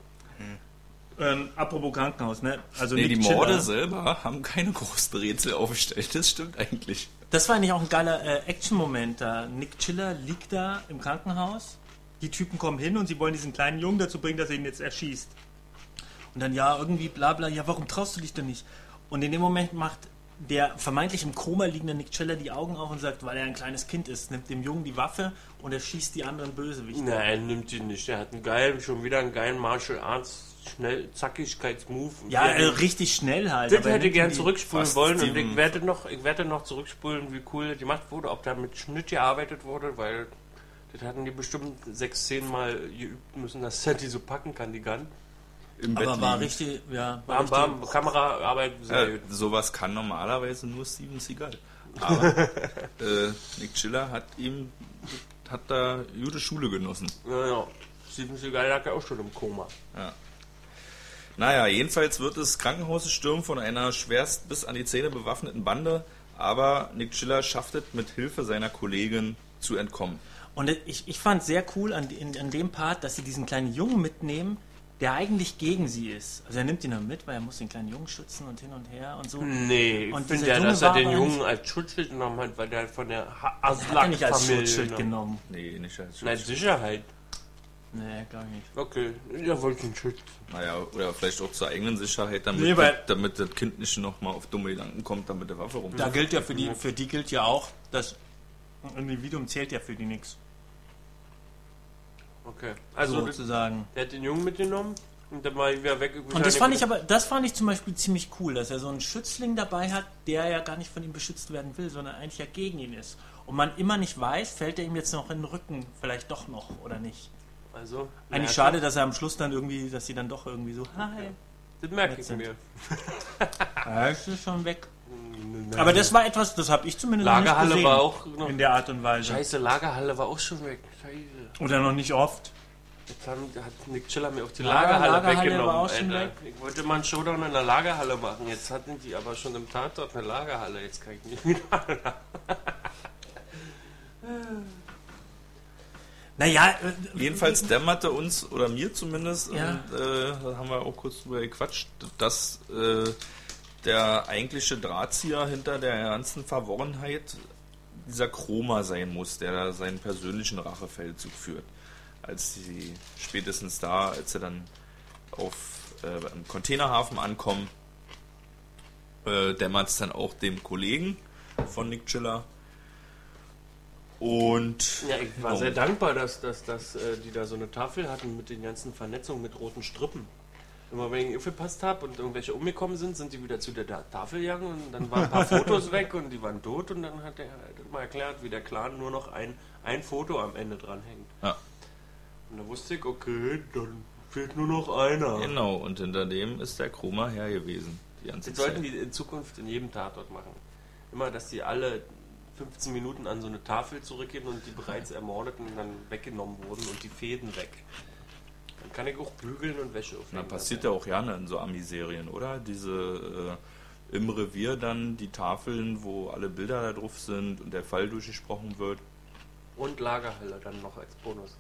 Apropos Krankenhaus, ne? Also die Morde selber haben keine großen Rätsel aufgestellt, das stimmt eigentlich. Das war eigentlich auch ein geiler Action-Moment da. Nick Chiller liegt da im Krankenhaus, die Typen kommen hin und sie wollen diesen kleinen Jungen dazu bringen, dass er ihn jetzt erschießt. Und dann irgendwie bla bla, ja, warum traust du dich denn nicht? Und in dem Moment macht der vermeintlich im Koma liegende Nick Chiller die Augen auf und sagt, weil er ein kleines Kind ist, nimmt dem Jungen die Waffe und er schießt die anderen Bösewichte. Nein, nimmt ihn nicht. Er hat schon wieder einen geilen Martial Arts Zackigkeitsmove. Ja, richtig schnell halt. Das hätte ich gern zurückspulen wollen und ich werde noch zurückspulen, wie cool das gemacht wurde, ob da mit Schnitt gearbeitet wurde, weil das hatten die bestimmt 6-10 Mal geübt müssen, dass er die so packen kann, die Gun. Im aber Bett war richtig, ja. Bam, Kameraarbeit. Sowas kann normalerweise nur Steven Seagal. Aber Nick Chiller hat da gute Schule genossen. Ja. Steven Seagal lag ja auch schon im Koma. Ja. Naja, jedenfalls wird das Krankenhaus gestürmt von einer schwerst bis an die Zähne bewaffneten Bande, aber Nick Chiller schafft es mit Hilfe seiner Kollegin zu entkommen. Und ich fand sehr cool an dem Part, dass sie diesen kleinen Jungen mitnehmen, der eigentlich gegen sie ist. Also er nimmt ihn dann mit, weil er muss den kleinen Jungen schützen und hin und her und so. Nee, ich finde ja, dass er den Jungen als Schutzschild genommen hat, weil der von der Aslak-Familie nicht als Schutzschild genommen. Nee, nicht als Schutzschild. Nein, Sicherheit. Nee, gar nicht. Okay, ja, wollte ihn schützen. Naja, oder vielleicht auch zur eigenen Sicherheit, damit das Kind nicht nochmal auf dumme Gedanken kommt, damit der Waffe rum. Da gilt ja für die gilt ja auch, das Individuum zählt ja für die nichts. Okay, also sozusagen. Der hat den Jungen mitgenommen und dann mal wieder weg. Und das fand ich zum Beispiel ziemlich cool, dass er so einen Schützling dabei hat, der ja gar nicht von ihm beschützt werden will, sondern eigentlich ja gegen ihn ist. Und man immer nicht weiß, fällt er ihm jetzt noch in den Rücken, vielleicht doch noch oder nicht. Also, eigentlich schade, dass er am Schluss dann irgendwie, dass sie dann doch irgendwie so, hi. Das merke ich mir. Ja, ist schon weg. Nein. Aber das war etwas, das habe ich zumindest Lagerhalle nicht gesehen. War auch noch in der Art und Weise. Scheiße, Lagerhalle war auch schon weg. Scheiße. Oder noch nicht oft. Jetzt hat Nick Chiller mir auf die Lagerhalle weggenommen. War auch schon weg. Ich wollte mal einen Showdown in der Lagerhalle machen. Jetzt hatten die aber schon im Tatort eine Lagerhalle. Jetzt kann ich nicht wieder. Naja, jedenfalls dämmerte uns, oder mir zumindest, ja. Da haben wir auch kurz drüber gequatscht, dass der eigentliche Drahtzieher hinter der ganzen Verworrenheit dieser Chroma sein muss, der da seinen persönlichen Rachefeldzug führt. Als sie spätestens da, als sie dann im Containerhafen ankommen, dämmert es dann auch dem Kollegen von Nick Chiller. Und ja, ich war sehr dankbar, dass die da so eine Tafel hatten mit den ganzen Vernetzungen mit roten Strippen. Immer wenn ich aufgepasst habe und irgendwelche umgekommen sind die wieder zu der Tafel gegangen und dann waren ein paar Fotos weg und die waren tot und dann hat er mal erklärt, wie der Clan nur noch ein Foto am Ende dran hängt. Ja. Und da wusste ich, okay, dann fehlt nur noch einer. Genau, und hinter dem ist der Chroma her gewesen. Die ganze Zeit. Sollten die in Zukunft in jedem Tatort machen. Immer, dass die alle 15 Minuten an so eine Tafel zurückgehen und die bereits Ermordeten dann weggenommen wurden und die Fäden weg. Dann kann ich auch bügeln und Wäsche aufhängen. Na, passiert ja auch gerne in so Ami-Serien, oder? Diese im Revier dann die Tafeln, wo alle Bilder da drauf sind und der Fall durchgesprochen wird. Und Lagerhalle dann noch als Bonus.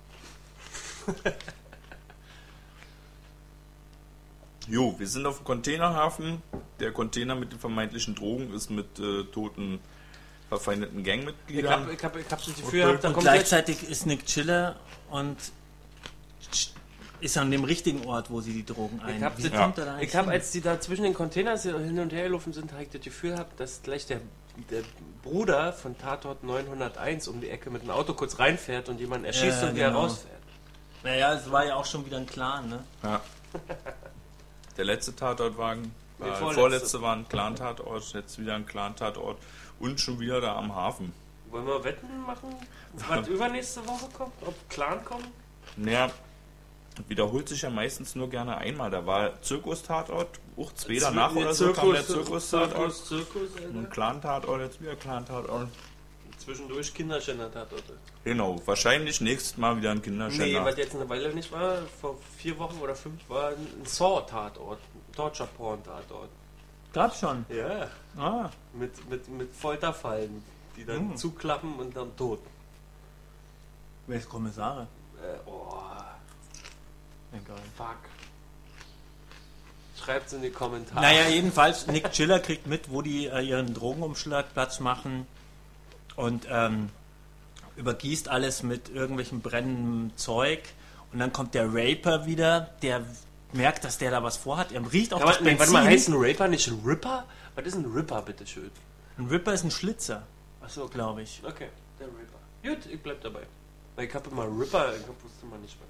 Jo, wir sind auf dem Containerhafen. Der Container mit den vermeintlichen Drogen ist mit toten verfeindeten Gangmitgliedern. Ich hab das Gefühl, und gleichzeitig ist Nick Chiller und ist an dem richtigen Ort, wo sie die Drogen ein. Ich habe, als die da zwischen den Containers hin und her gelaufen sind, habe ich das Gefühl gehabt, dass gleich der Bruder von Tatort 901 um die Ecke mit dem Auto kurz reinfährt und jemanden erschießt und wieder rausfährt. Naja, es war ja auch schon wieder ein Clan, ne? Ja. Der letzte Tatortwagen, der vorletzte war ein Clan-Tatort, jetzt wieder ein Clan-Tatort und schon wieder da am Hafen. Wollen wir Wetten machen, was übernächste Woche kommt? Ob Clan kommt? Naja, wiederholt sich ja meistens nur gerne einmal. Da war Zirkus-Tatort, auch zwei danach oder so kam der Zirkus-Tatort. Und Clan-Tatort, jetzt wieder Clan-Tatort. Zwischendurch Kinderschänder-Tatorte. Genau, wahrscheinlich nächstes Mal wieder ein Kinderschänder. Nee, was jetzt eine Weile nicht war, vor 4 Wochen oder 5 war ein Saw-Tatort. Ein deutscher Porn-Tatort. Gab's schon? Ja. Ah. Mit Folterfallen, die dann zuklappen und dann tot. Wer ist Kommissare? Egal. Fuck. Schreibt's in die Kommentare. Naja, jedenfalls, Nick Chiller kriegt mit, wo die ihren Drogenumschlagplatz machen und übergießt alles mit irgendwelchem brennendem Zeug. Und dann kommt der Raper wieder, der merkt, dass der da was vorhat. Er riecht auch das Benzin. Warte mal, heißt ein Raper nicht ein Ripper? Was ist ein Ripper, bitteschön? Ein Ripper ist ein Schlitzer. Achso, okay. Glaube ich. Okay, der Ripper. Gut, ich bleib dabei. Weil ich habe immer Ripper, ich wusste mal nicht, was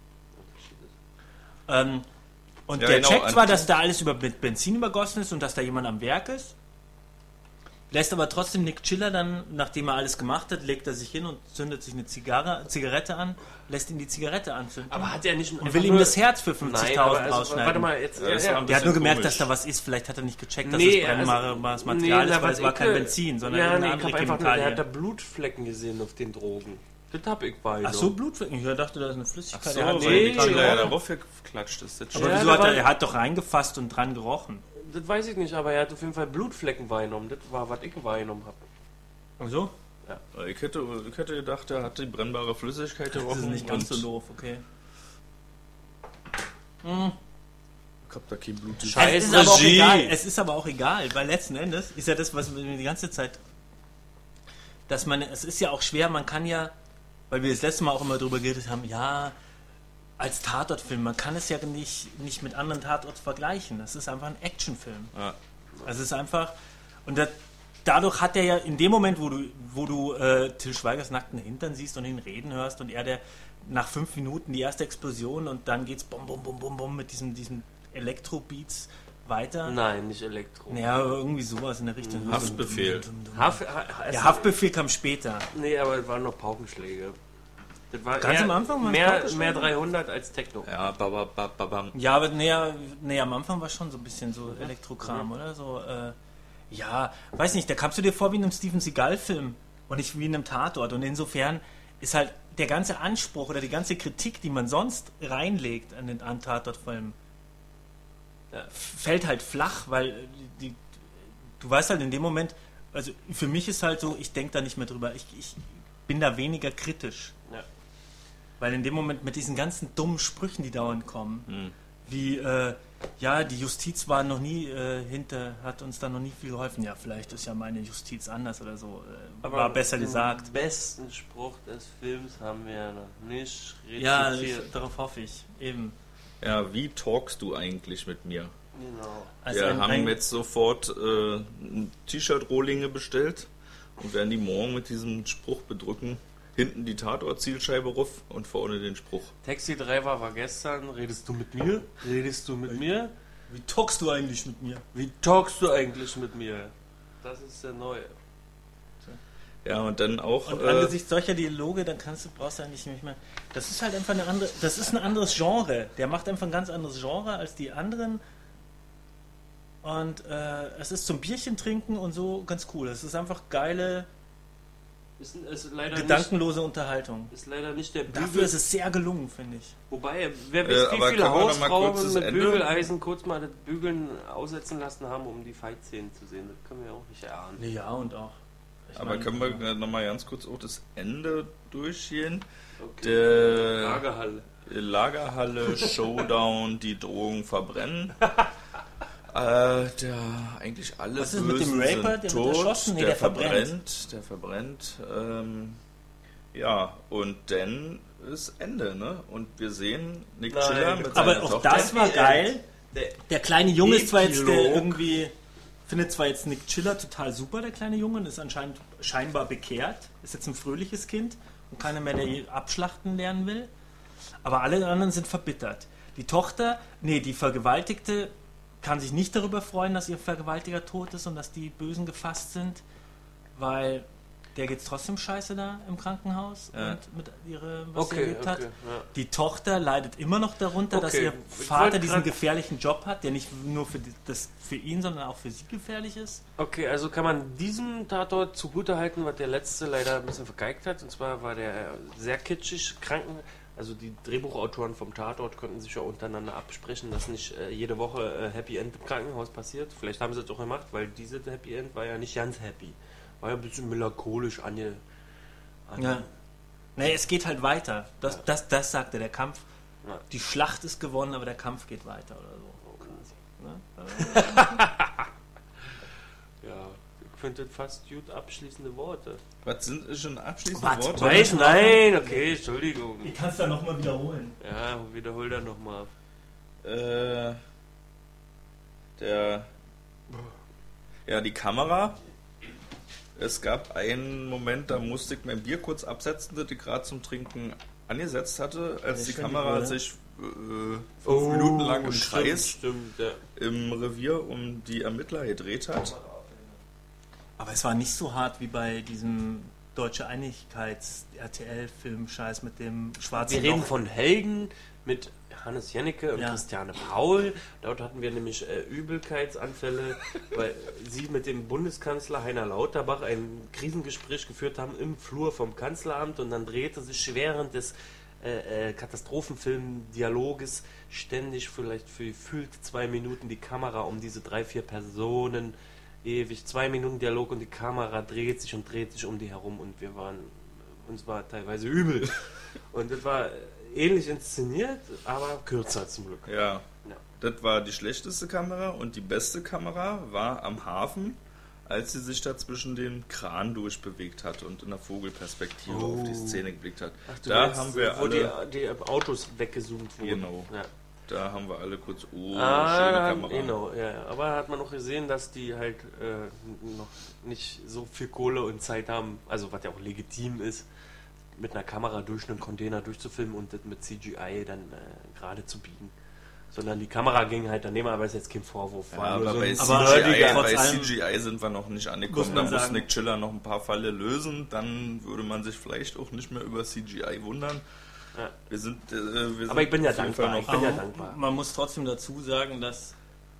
da Unterschied ist. Und ja, der checkt zwar, dass da alles mit Benzin übergossen ist und dass da jemand am Werk ist, lässt aber trotzdem Nick Chiller dann, nachdem er alles gemacht hat, legt er sich hin und zündet sich eine Zigarette an, lässt ihn die Zigarette anzünden. Aber hat er nicht... Und will ihm das Herz für 50.000 rausschneiden. Warte mal, jetzt... Der hat nur gemerkt, dass da was ist. Vielleicht hat er nicht gecheckt, dass es brennbares Material ist, weil es war kein Benzin, sondern eine andere Chemikalie. Er hat da Blutflecken gesehen auf den Drogen. Das hab ich bei. Ach so, Blutflecken? Ich dachte, da ist eine Flüssigkeit. Ach so, weil er darauf geklatscht ist. Aber wieso hat er hat doch reingefasst und dran gerochen? Das weiß ich nicht, aber er hat auf jeden Fall Blutflecken wahrgenommen. Das war, was ich wahrgenommen habe. Ach so? Ja. Ich hätte gedacht, er hat die brennbare Flüssigkeit gerochen. Das ist nicht ganz so doof, okay. Ich hab da kein Blut. Es ist aber auch egal, weil letzten Endes ist ja das, was wir die ganze Zeit... es ist ja auch schwer, man kann ja, weil wir das letzte Mal auch immer drüber geredet haben, ja, als Tatortfilm, man kann es ja nicht mit anderen Tatorts vergleichen. Das ist einfach ein Actionfilm. Ja. Also es ist einfach, und dadurch hat er ja in dem Moment, wo du Til Schweigers nackten Hintern siehst und ihn reden hörst und er nach 5 Minuten die erste Explosion und dann geht's bum bum bum bum bum mit diesen Elektro-Beats weiter. Nein, nicht Elektro. Naja, irgendwie sowas in der Richtung. Haftbefehl. Der Haftbefehl kam später. Nee, aber es waren noch Paukenschläge. Das war ganz am Anfang mehr 300 als Techno. Ja, babam. Ja, aber nee, am Anfang war schon so ein bisschen so Elektrokram, oder? So, ja, weiß nicht, da kamst du dir vor wie in einem Steven Seagal-Film und nicht wie in einem Tatort. Und insofern ist halt der ganze Anspruch oder die ganze Kritik, die man sonst reinlegt an den Tatortfilmen, fällt halt flach, weil du weißt halt in dem Moment, also für mich ist halt so, ich denke da nicht mehr drüber, ich bin da weniger kritisch. Ja. Weil in dem Moment mit diesen ganzen dummen Sprüchen, die dauernd kommen, wie, die Justiz war noch nie hat uns da noch nie viel geholfen. Ja, vielleicht ist ja meine Justiz anders oder so. Aber war besser gesagt. Den besten Spruch des Films haben wir ja noch nicht rezitiert. Ja, darauf hoffe ich, eben. Ja, wie talkst du eigentlich mit mir? Genau. Also wir haben jetzt sofort T-Shirt-Rohlinge bestellt und werden die morgen mit diesem Spruch bedrücken. Hinten die Tatort-Zielscheibe ruf und vorne den Spruch. Taxi Driver war gestern. Redest du mit mir? Redest du mit mir? Wie talkst du eigentlich mit mir? Wie talkst du eigentlich mit mir? Das ist der neue. Ja, und dann auch... Und angesichts solcher Dialoge, dann brauchst du eigentlich nicht mehr... Das ist halt einfach das ist ein anderes Genre. Der macht einfach ein ganz anderes Genre als die anderen. Und es ist zum Bierchen trinken und so ganz cool. Es ist einfach geile... Ist leider gedankenlose Unterhaltung. Ist leider nicht der Bügel. Dafür ist es sehr gelungen, finde ich. Wobei, wer weiß, wie viele Hausfrauen mit Bügeleisen kurz mal das Bügeln aussetzen lassen haben, um die Fight-Szenen zu sehen. Das können wir auch nicht erahnen. Ja, und auch. Aber können wir nochmal ganz kurz auch das Ende durchgehen? Okay. Der Lagerhalle, Showdown, die Drogen verbrennen. Eigentlich alle Was ist mit dem Raper, der tot, erschossen? Nee, der verbrennt. Der verbrennt. Ja, und dann ist Ende, ne? Und wir sehen Nick Chiller mit seiner Aber auch Tochter. das war geil. Der kleine Junge ist zwar jetzt findet zwar jetzt Nick Chiller total super, der kleine Junge, und ist anscheinend scheinbar bekehrt, ist jetzt ein fröhliches Kind und keiner mehr, der ihn abschlachten lernen will. Aber alle anderen sind verbittert. Die Tochter, die Vergewaltigte, kann sich nicht darüber freuen, dass ihr Vergewaltiger tot ist und dass die Bösen gefasst sind, weil der geht's trotzdem scheiße da im Krankenhaus und mit was sie erlebt hat. Ja. Die Tochter leidet immer noch darunter, dass ihr Vater diesen gefährlichen Job hat, der nicht nur für ihn, sondern auch für sie gefährlich ist. Okay, also kann man diesem Tatort zugutehalten, was der letzte leider ein bisschen vergeigt hat. Und zwar war der sehr kitschig, also die Drehbuchautoren vom Tatort konnten sich ja untereinander absprechen, dass nicht jede Woche Happy End im Krankenhaus passiert. Vielleicht haben sie es auch gemacht, weil diese Happy End war ja nicht ganz happy. War ja ein bisschen melancholisch Ja. Nee, es geht halt weiter. Das sagte der Kampf. Ja. Die Schlacht ist gewonnen, aber der Kampf geht weiter oder so. Ne? Ja, ich finde das fast gut abschließende Worte. Was sind schon abschließende Worte? Nein, okay, Entschuldigung. Ich kann es dann nochmal wiederholen. Ja, wiederhol dann nochmal. Die Kamera. Es gab einen Moment, da musste ich mein Bier kurz absetzen, das ich gerade zum Trinken angesetzt hatte, als die Kamera sich 5 Minuten lang im Kreis im Revier um die Ermittler gedreht hat. Aber es war nicht so hart wie bei diesem Deutsche Einigkeits-RTL-Film-Scheiß mit dem schwarzen Wir reden von Helden mit Hannes Jennecke und Christiane Paul. Dort hatten wir nämlich Übelkeitsanfälle, weil sie mit dem Bundeskanzler Heiner Lauterbach ein Krisengespräch geführt haben im Flur vom Kanzleramt, und dann drehte sich während des Katastrophenfilm-Dialoges ständig, vielleicht für gefühlt 2 Minuten, die Kamera um diese 3-4 Personen, ewig 2 Minuten Dialog, und die Kamera dreht sich um die herum, und uns war teilweise übel. Und das war ähnlich inszeniert, aber kürzer zum Glück. Ja, das war die schlechteste Kamera, und die beste Kamera war am Hafen, als sie sich da zwischen den Kran durchbewegt hat und in der Vogelperspektive auf die Szene geblickt hat. Ach, da haben wir die Autos weggezoomt wurden. Genau. Ja. Da haben wir alle kurz, schöne Kamera. Genau, ja. Aber hat man auch gesehen, dass die halt noch nicht so viel Kohle und Zeit haben, also was ja auch legitim ist, mit einer Kamera durch einen Container durchzufilmen und das mit CGI dann gerade zu biegen. Sondern die Kamera ging halt daneben, aber ist jetzt kein Vorwurf. Ja, aber bei CGI sind wir noch nicht angekommen. Da muss Nick Chiller noch ein paar Fälle lösen, dann würde man sich vielleicht auch nicht mehr über CGI wundern. Ja. Wir sind aber ich bin ja dankbar. Man muss trotzdem dazu sagen, dass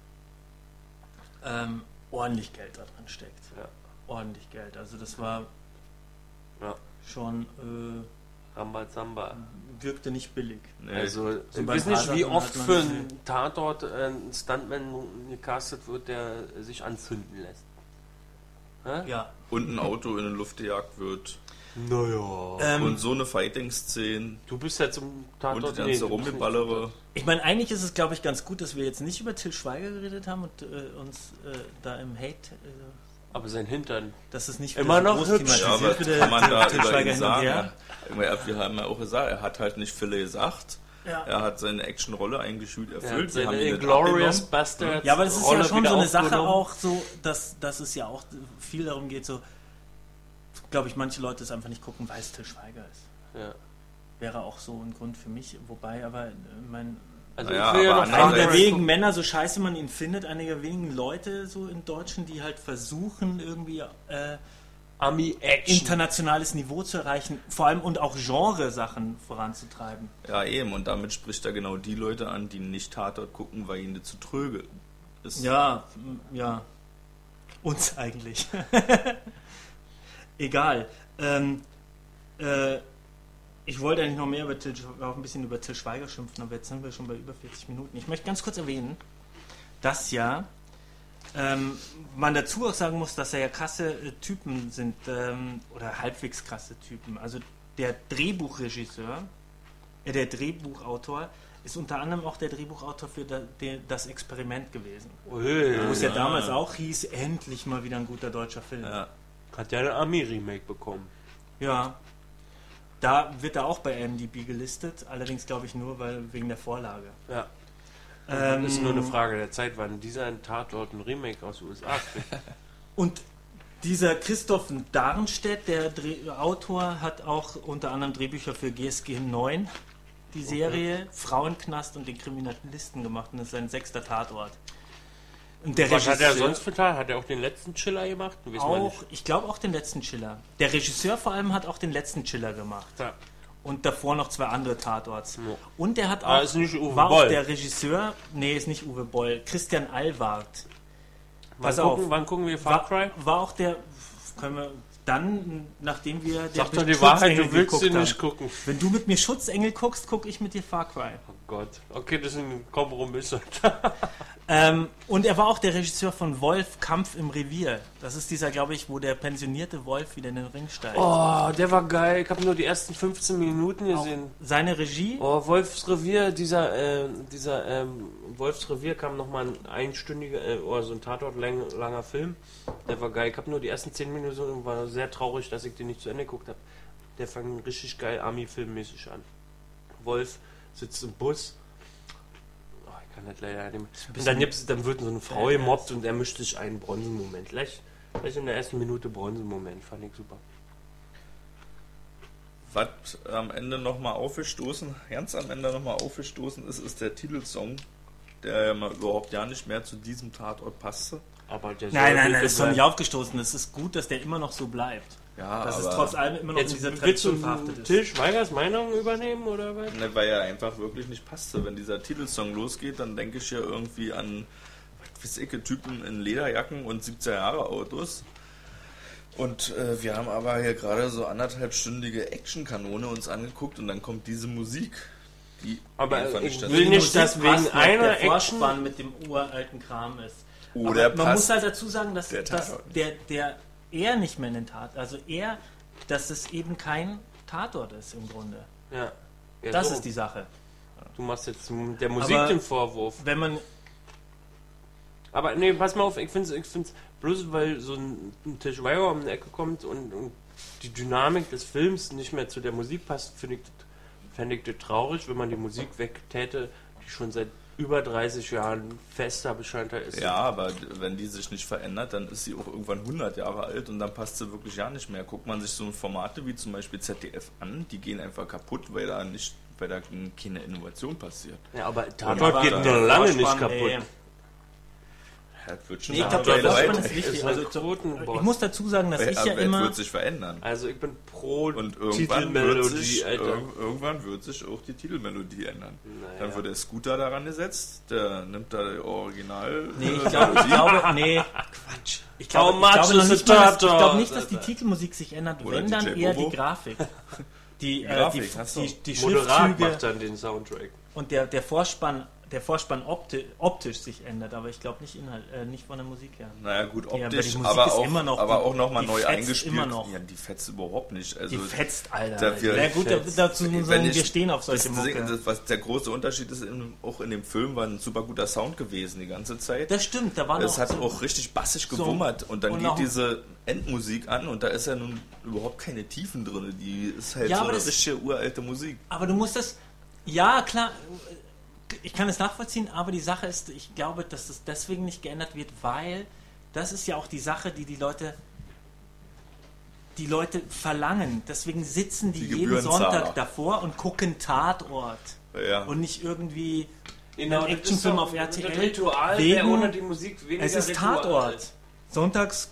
ordentlich Geld da drin steckt. Ja. Ordentlich Geld. Also das war schon Rambazamba. Wirkte nicht billig. Nee. Also ich weiß nicht, wie oft für einen Tatort ein Stuntman gecastet wird, der sich anzünden lässt. Ja. Und ein Auto in die Luft gejagt wird. Naja. Und so eine Fighting-Szene. Du bist ja zum Tatort. Und die ganze Rumgeballere. Ich meine, eigentlich ist es, glaube ich, ganz gut, dass wir jetzt nicht über Til Schweiger geredet haben und uns da im Hate... aber sein Hintern. Das ist nicht immer noch hübsch. Ja, aber kann man da über ihn sagen? Ja. Wir haben ja auch gesagt, er hat halt nicht viele gesagt. Ja. Er hat seine Actionrolle eingeschült erfüllt. Ja, seine Inglourious Basterds. Ja, aber das ist Rolle ja schon so eine Sache auch so, dass es ja auch viel darum geht, so, glaube ich, manche Leute es einfach nicht gucken, weil es Til Schweiger ist. Ja. Wäre auch so ein Grund für mich, wobei, aber also einer der wenigen Männer, so scheiße man ihn findet, einer der wenigen Leute so in Deutschen, die halt versuchen, irgendwie internationales Niveau zu erreichen, vor allem und auch Genre-Sachen voranzutreiben. Ja, eben, und damit spricht er genau die Leute an, die nicht Tatort gucken, weil ihnen das zu tröge ist. Ja. Uns eigentlich. Egal. Ich wollte eigentlich noch mehr auch ein bisschen über Til Schweiger schimpfen, aber jetzt sind wir schon bei über 40 Minuten. Ich möchte ganz kurz erwähnen, dass man dazu auch sagen muss, dass ja krasse Typen sind, oder halbwegs krasse Typen. Also der Drehbuchregisseur, der Drehbuchautor, ist unter anderem auch der Drehbuchautor für das Experiment gewesen. Wo es ja damals auch hieß, endlich mal wieder ein guter deutscher Film. Ja. Hat ja ein Ami-Remake bekommen. Ja. Da wird er auch bei IMDb gelistet, allerdings glaube ich nur wegen der Vorlage. Ja. Das ist nur eine Frage der Zeit, wann dieser Tatort ein Remake aus den USA kriegt. Und dieser Christoph Darenstedt, der Autor, hat auch unter anderem Drehbücher für GSG 9, die Serie, Frauenknast und den Kriminalisten gemacht. Und das ist sein 6. Tatort. Und der Was hat er sonst für Tat? Hat er auch den letzten Chiller gemacht? Ich glaube auch den letzten Chiller. Der Regisseur vor allem hat auch den letzten Chiller gemacht. Ja. Und davor noch 2 andere Tatorts. Ja. Und der hat auch, ist nicht Uwe war Boll. auch der Regisseur, nee, ist nicht Uwe Boll, Christian Allwart. Wann gucken wir Far Cry? War auch der, können wir dann, nachdem wir der Sag doch die Wahrheit, du willst sie nicht haben. gucken. Wenn du mit mir Schutzengel guckst, gucke ich mit dir Far Cry. Oh Gott. Okay, das ist ein Kompromiss. Und er war auch der Regisseur von Wolf, Kampf im Revier. Das ist dieser, glaube ich, wo der pensionierte Wolf wieder in den Ring steigt. Oh, der war geil. Ich habe nur die ersten 15 Minuten gesehen. Auch seine Regie? Oh, Wolfsrevier, dieser Wolfsrevier kam nochmal ein einstündiger, oder so ein Tatort langer Film. Der war geil. Ich habe nur die ersten 10 Minuten und war sehr traurig, dass ich den nicht zu Ende geguckt habe. Der fängt richtig geil Ami-Filmmäßig an. Wolf sitzt im Bus. Oh, ich kann das leider nicht mehr. Und dann wird so eine Frau gemobbt und er mischt sich einen Bronzenmoment. Gleich in der ersten Minute Bronzenmoment. Fand ich super. Was am Ende nochmal aufgestoßen ist der Titelsong, der ja mal überhaupt ja nicht mehr zu diesem Tatort passte. Aber der Nein, das ist doch nicht aufgestoßen. Es ist gut, dass der immer noch so bleibt. Ja, dass es trotz allem immer noch in dieser Tradition verhaftet ist. Till Schweigers Meinung übernehmen oder was? Ne, weil er einfach wirklich nicht passte. Wenn dieser Titelsong losgeht, dann denke ich ja irgendwie an, was weiß ich, Typen in Lederjacken und 70er Jahre Autos. Und wir haben aber hier gerade so 1,5-stündige Actionkanone uns angeguckt und dann kommt diese Musik. Die aber ich will nicht, dass wegen einer der Vorspann mit dem uralten Kram ist. Oder man muss halt dazu sagen, dass der er nicht mehr in den dass es eben kein Tatort ist im Grunde. Ja das so. ist die Sache. Du machst jetzt der Musik den Vorwurf. Wenn man... Aber nee, pass mal auf, ich find's bloß weil so ein Til Schweiger um die Ecke kommt und die Dynamik des Films nicht mehr zu der Musik passt, fände ich das traurig, wenn man die Musik wegtäte, die schon seit über 30 Jahren fester Bestandteil ist. Ja, aber wenn die sich nicht verändert, dann ist sie auch irgendwann 100 Jahre alt und dann passt sie wirklich ja nicht mehr. Guckt man sich so Formate wie zum Beispiel ZDF an, die gehen einfach kaputt, weil da keine Innovation passiert. Ja, aber Tatort geht noch lange nicht kaputt. Nee. Das wird schon Ich glaube, der Vorspann ist wichtig. Also, ich muss dazu sagen, dass ich ja immer... wird sich verändern. Also ich bin pro und irgendwann irgendwann wird sich auch die Titelmelodie ändern. Naja. Dann wird der Scooter daran gesetzt, der nimmt da die Original... Nee, ich glaube, Quatsch. Ich glaube nicht, dass die Titelmusik sich ändert, oder wenn dann DJ eher Bobo. Die Grafik. Die Moderat Schriftzüge macht dann den Soundtrack. und der Vorspann optisch sich ändert, aber ich glaube nicht von der Musik her. Naja gut, optisch, ja, aber auch nochmal neu eingespielt. Immer noch. Ja, die fetzt überhaupt nicht. Also, die fetzt, Alter. Dazu wir stehen auf solche Mucke. Was der große Unterschied ist, auch in dem Film war ein super guter Sound gewesen die ganze Zeit. Das stimmt, da war es hat auch richtig bassig gewummert und dann geht diese Endmusik an und da ist ja nun überhaupt keine Tiefen drin. Die ist halt so eine richtige uralte Musik. Aber du musst das... Ja, klar... Ich kann es nachvollziehen, aber die Sache ist, ich glaube, dass das deswegen nicht geändert wird, weil das ist ja auch die Sache, die Leute verlangen. Deswegen sitzen die jeden Sonntag davor und gucken Tatort. Ja. Und nicht irgendwie einen Actionfilm auf RTL. Das Ritual wäre ohne die Musik weniger es ist Ritual. Tatort. Sonntags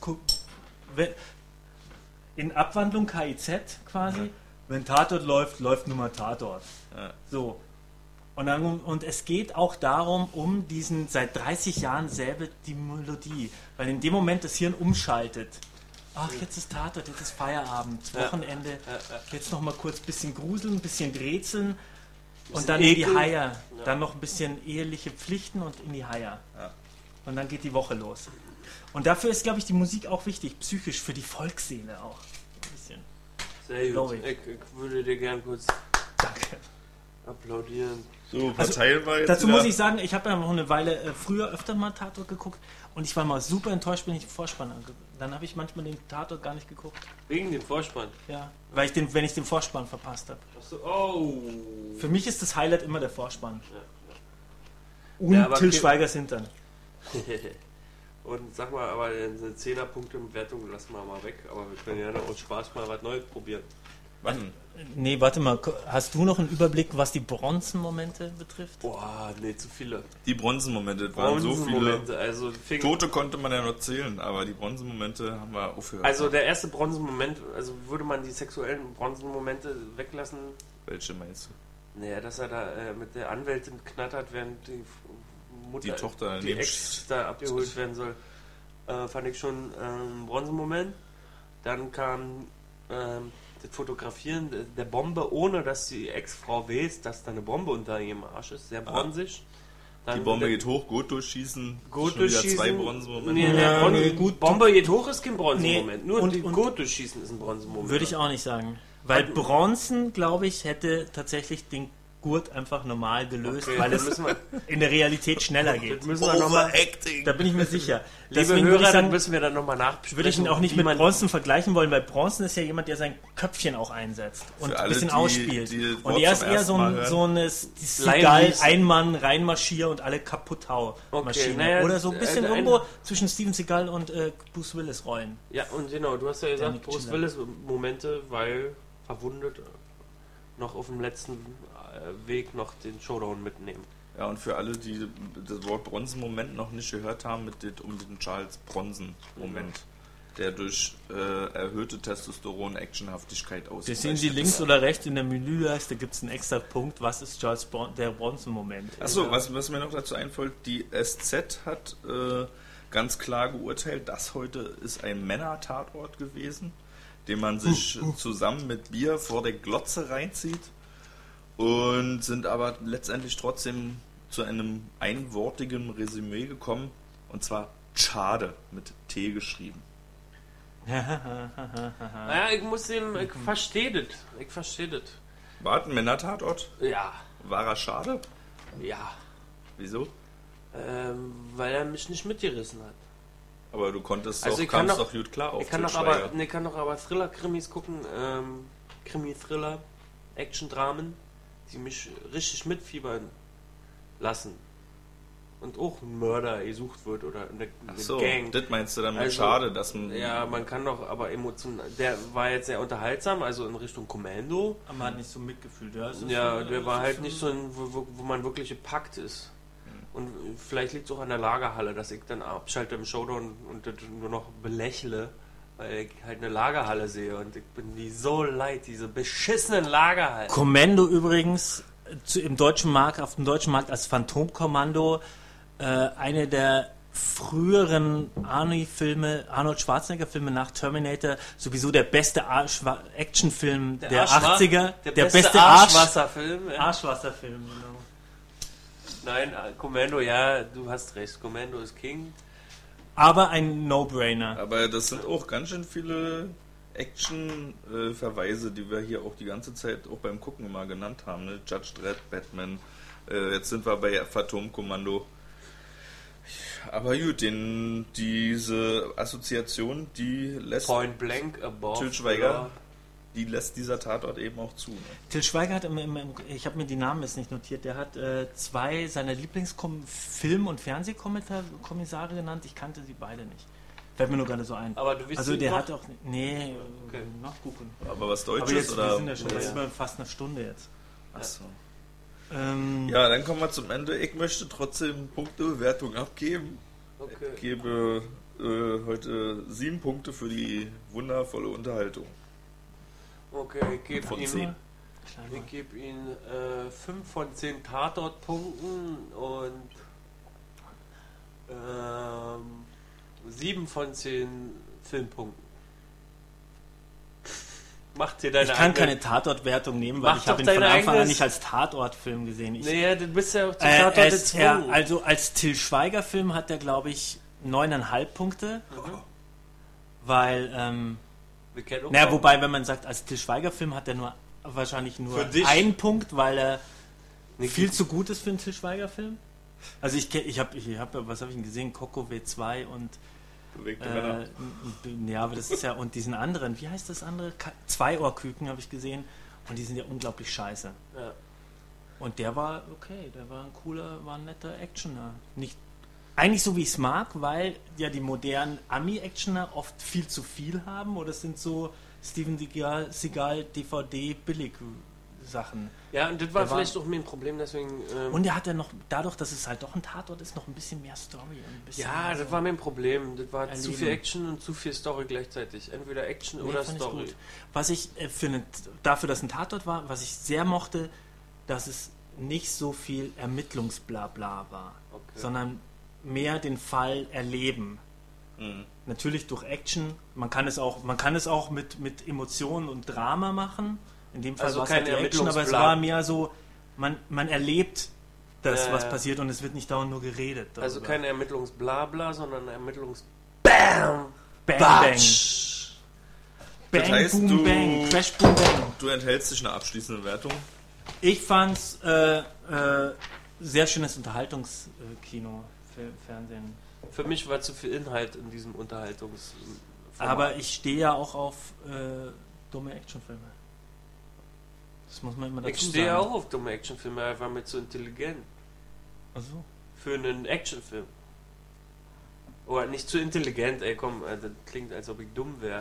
in Abwandlung KIZ quasi. Ja. Wenn Tatort läuft nur mal Tatort. Ja. So. Und es geht auch darum, um diesen seit 30 Jahren selbe die Melodie. Weil in dem Moment das Hirn umschaltet. Ach, jetzt ist Tatort, jetzt ist Feierabend, Wochenende. Jetzt noch mal kurz ein bisschen gruseln, ein bisschen rätseln. Und dann in die Haier. Dann noch ein bisschen eheliche Pflichten und in die Haier. Ja. Und dann geht die Woche los. Und dafür ist, glaube ich, die Musik auch wichtig. Psychisch, für die Volksseele auch. Ein bisschen. Sehr gut. Ich würde dir gern kurz... Danke. applaudieren. So, Partei war jetzt dazu wieder. muss ich sagen, ich habe ja noch eine Weile früher öfter mal Tatort geguckt und ich war mal super enttäuscht, wenn ich den Vorspann angeguckt. Dann habe ich manchmal den Tatort gar nicht geguckt. Wegen dem Vorspann? Ja, weil wenn ich den Vorspann verpasst habe. Achso, oh. Für mich ist das Highlight immer der Vorspann. Ja. Und Ja, aber Till Schweigers Hintern. Und sag mal, aber eine 10er-Punkte-Wertung lassen wir mal weg. Aber wir können ja noch aus Spaß mal was Neues probieren. Wann? Nee, warte mal. Hast du noch einen Überblick, was die Bronzenmomente betrifft? Boah, nee, zu viele. Die Bronzenmomente, das waren so viele. Bronzenmomente, also Tote konnte man ja noch zählen, aber die Bronzenmomente haben wir aufgehört. Also der erste Bronzenmoment, also würde man die sexuellen Bronzenmomente weglassen. Welche meinst du? Naja, dass er da mit der Anwältin knattert, während die Mutter, Die Tochter die neben Ex da abgeholt werden soll, fand ich schon ein Bronzenmoment. Dann kam das Fotografieren der Bombe, ohne dass die Ex-Frau weiß, dass da eine Bombe unter ihrem Arsch ist. Sehr bronzig. Dann Die Bombe geht hoch, gut durchschießen. Gut schon wieder durchschießen. 2 Bronzenmomente. Nee, Ja, gut. Bombe geht hoch ist kein Bronzenmoment. Nee, Nur und- die und- gut durchschießen ist ein Bronzenmoment. Würde ich auch nicht sagen. Weil Bronzen, glaube ich, hätte tatsächlich den Gurt einfach normal gelöst, Okay, weil dann es müssen wir, in der Realität schneller geht. das müssen wir nochmal. Overacting! Da bin ich mir sicher. Liebe Deswegen würde Hörer, ich dann sagen, müssen wir dann nochmal nachbesprechen. würde ich ihn auch nicht wie mit man- Bronzen vergleichen wollen, weil Bronzen ist ja jemand, der sein Köpfchen auch einsetzt und Für ein alle, bisschen die- ausspielt. die das Und Wort er ist zum eher ersten so Mal ein, hören. so eine Seagal, Lioness. Einmann, reinmarschier und alle kaputt hau Maschine. naja, Oder so ein bisschen ein- irgendwo zwischen Steven Seagal und Bruce Willis rollen. Ja, und genau, du hast ja gesagt, Nick Bruce Chiller. Willis Momente, weil verwundet noch auf dem letzten Weg noch den Showdown mitnehmen. Ja, und für alle, die das Wort Bronzenmoment noch nicht gehört haben, um den Charles Bronson-Moment, der durch erhöhte Testosteron-Actionhaftigkeit Das ausgezeichnet sehen Sie ist. links oder rechts in der Menüleiste, gibt es einen extra Punkt, was ist der Bronzen-Moment. Achso, was mir noch dazu einfällt, die SZ hat ganz klar geurteilt, das heute ist ein Männer-Tatort gewesen, den man sich zusammen mit Bier vor der Glotze reinzieht, und sind aber letztendlich trotzdem zu einem einwortigen Resümee gekommen, und zwar schade mit T geschrieben. Naja, ich verstehe das. Ich verstehe das. War ein Männer-Tatort? Ja, War er schade? ja. Wieso? Weil er mich nicht mitgerissen hat. Aber du konntest Also doch, ich kann kamst doch- doch gut klar auf Ich kann Til doch aber, Schweiger. kann doch aber Thriller-Krimis gucken, Krimi-Thriller, Action-Dramen, die mich richtig mitfiebern lassen. Und auch ein Mörder gesucht wird oder eine Ach so, Gang. das meinst du dann mit Also, schade, dass man... Ja, man kann doch aber emotional. Der war jetzt sehr unterhaltsam, also in Richtung Kommando. Aber man hat nicht so mitgefühlt. Ja, Ja, der war halt nicht so ein, wo man wirklich gepackt ist. Und vielleicht liegt es auch an der Lagerhalle, dass ich dann abschalte im Showdown und das nur noch belächle, weil ich halt eine Lagerhalle sehe und ich bin die so leid, diese beschissenen Lagerhallen. Kommando übrigens im deutschen Markt, auf dem deutschen Markt als Phantomkommando, eine der früheren Arnold Schwarzenegger-Filme nach Terminator, sowieso der beste Actionfilm der 80er. Der beste Arschwasserfilm. Ja. Arschwasserfilm, genau. Nein, Kommando, ja, du hast recht, Kommando ist King. Aber ein No-Brainer. Aber das sind auch ganz schön viele Action-Verweise, die wir hier auch die ganze Zeit auch beim Gucken immer genannt haben. Ne? Judge Dredd, Batman, jetzt sind wir bei Phantomkommando. Aber gut, diese Assoziation, die lässt Point Blank, Above. Til Schweiger, die lässt dieser Tatort eben auch zu. Ne? Til Schweiger hat, ich habe mir die Namen jetzt nicht notiert, der hat 2 seiner Lieblingsfilm- und Fernsehkommissare genannt. Ich kannte sie beide nicht. Fällt mir nur gerade so ein. Aber du wisst Also der noch? hat auch... Nee, Okay. nachgucken. Aber was Deutsches Aber jetzt, oder? wir sind ja schon bei über fast einer Stunde jetzt. Achso. Ja. Ja, dann kommen wir zum Ende. Ich möchte trotzdem Punktebewertung abgeben. Okay. Ich gebe heute 7 Punkte für die wundervolle Unterhaltung. Okay, ich gebe Von ihm, 10. ich geb ihm 5 von 10 Tatort-Punkten und 7 von 10 Filmpunkten. Mach dir deine Ich kann eigene- keine Tatortwertung nehmen, weil Mach ich habe doch ihn von dein Anfang an eigenes- nicht als Tatortfilm gesehen. Naja, du bist ja auch zum Tatort gezwungen. Also als Til Schweiger Film hat er, glaube ich, 9,5 Punkte. Weil, Wir kennen auch naja, noch- wobei, wenn man sagt, als Til Schweiger Film hat er wahrscheinlich nur Für dich. 1 Punkt, weil er viel zu gut ist für einen Til Schweiger-Film. Also ich hab, was habe ich denn gesehen? Coco W2 und ja, aber das ist ja, und diesen anderen, wie heißt das andere? Zweiohrküken habe ich gesehen und die sind ja unglaublich scheiße. Ja. Und der war okay, der war war ein netter Actioner. Nicht, eigentlich so wie ich es mag, weil ja die modernen Ami-Actioner oft viel zu viel haben oder es sind so Steven Seagal DVD billig Sachen. Ja, und das war vielleicht auch mein Problem, deswegen... und er hat ja noch, dadurch, dass es halt doch ein Tatort ist, noch ein bisschen mehr Story. Ein bisschen ja, das war mein Problem. Das war erleben. Zu viel Action und zu viel Story gleichzeitig. Entweder Action oder Story. Was ich dafür, dass ein Tatort war, was ich sehr mochte, dass es nicht so viel Ermittlungsblabla war, sondern mehr den Fall erleben. Natürlich durch Action. Man kann es auch mit Emotionen und Drama machen. In dem Fall also war es halt die Action, aber es war mehr so, man erlebt das, was passiert und es wird nicht dauernd nur geredet. Darüber. Also kein Ermittlungsblabla, sondern Bam! Bang, bang. Bang, das heißt, boom, bang. Crash, boom, bang. Du enthältst dich eine abschließende Wertung? Ich fand's sehr schönes Unterhaltungskino, Fernsehen. Für mich war zu viel Inhalt in diesem Unterhaltungs... Aber ich stehe ja auch auf dumme Actionfilme. Das muss man immer dazu sagen. Ich stehe auch auf dumme Actionfilme, er war mir zu intelligent. Ach so. Für einen Actionfilm. Oder nicht zu intelligent, ey komm, das klingt, als ob ich dumm wäre.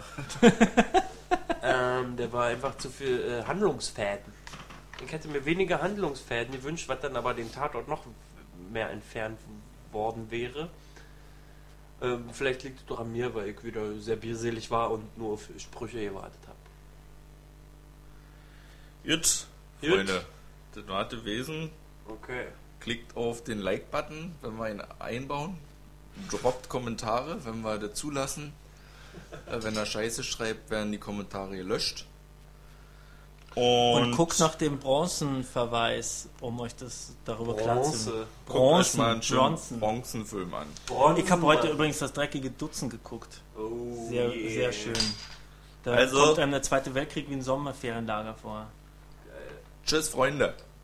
Der war einfach zu viel Handlungsfäden. Ich hätte mir weniger Handlungsfäden gewünscht, was dann aber den Tatort noch mehr entfernt worden wäre. Vielleicht liegt es doch an mir, weil ich wieder sehr bierselig war und nur auf Sprüche gewartet habe. Gut, Freunde, das war das Wesen. Okay. Klickt auf den Like-Button, wenn wir ihn einbauen. Droppt Kommentare, wenn wir das zulassen. Wenn er Scheiße schreibt, werden die Kommentare gelöscht. Und guckt nach dem Bronzenverweis, um euch das darüber klar zu machen. Bronzenfilm an. Ich habe heute übrigens das dreckige Dutzend geguckt. Oh, sehr schön. Da also, kommt einem der Zweite Weltkrieg wie ein Sommerferienlager vor. Tschüss, Freunde.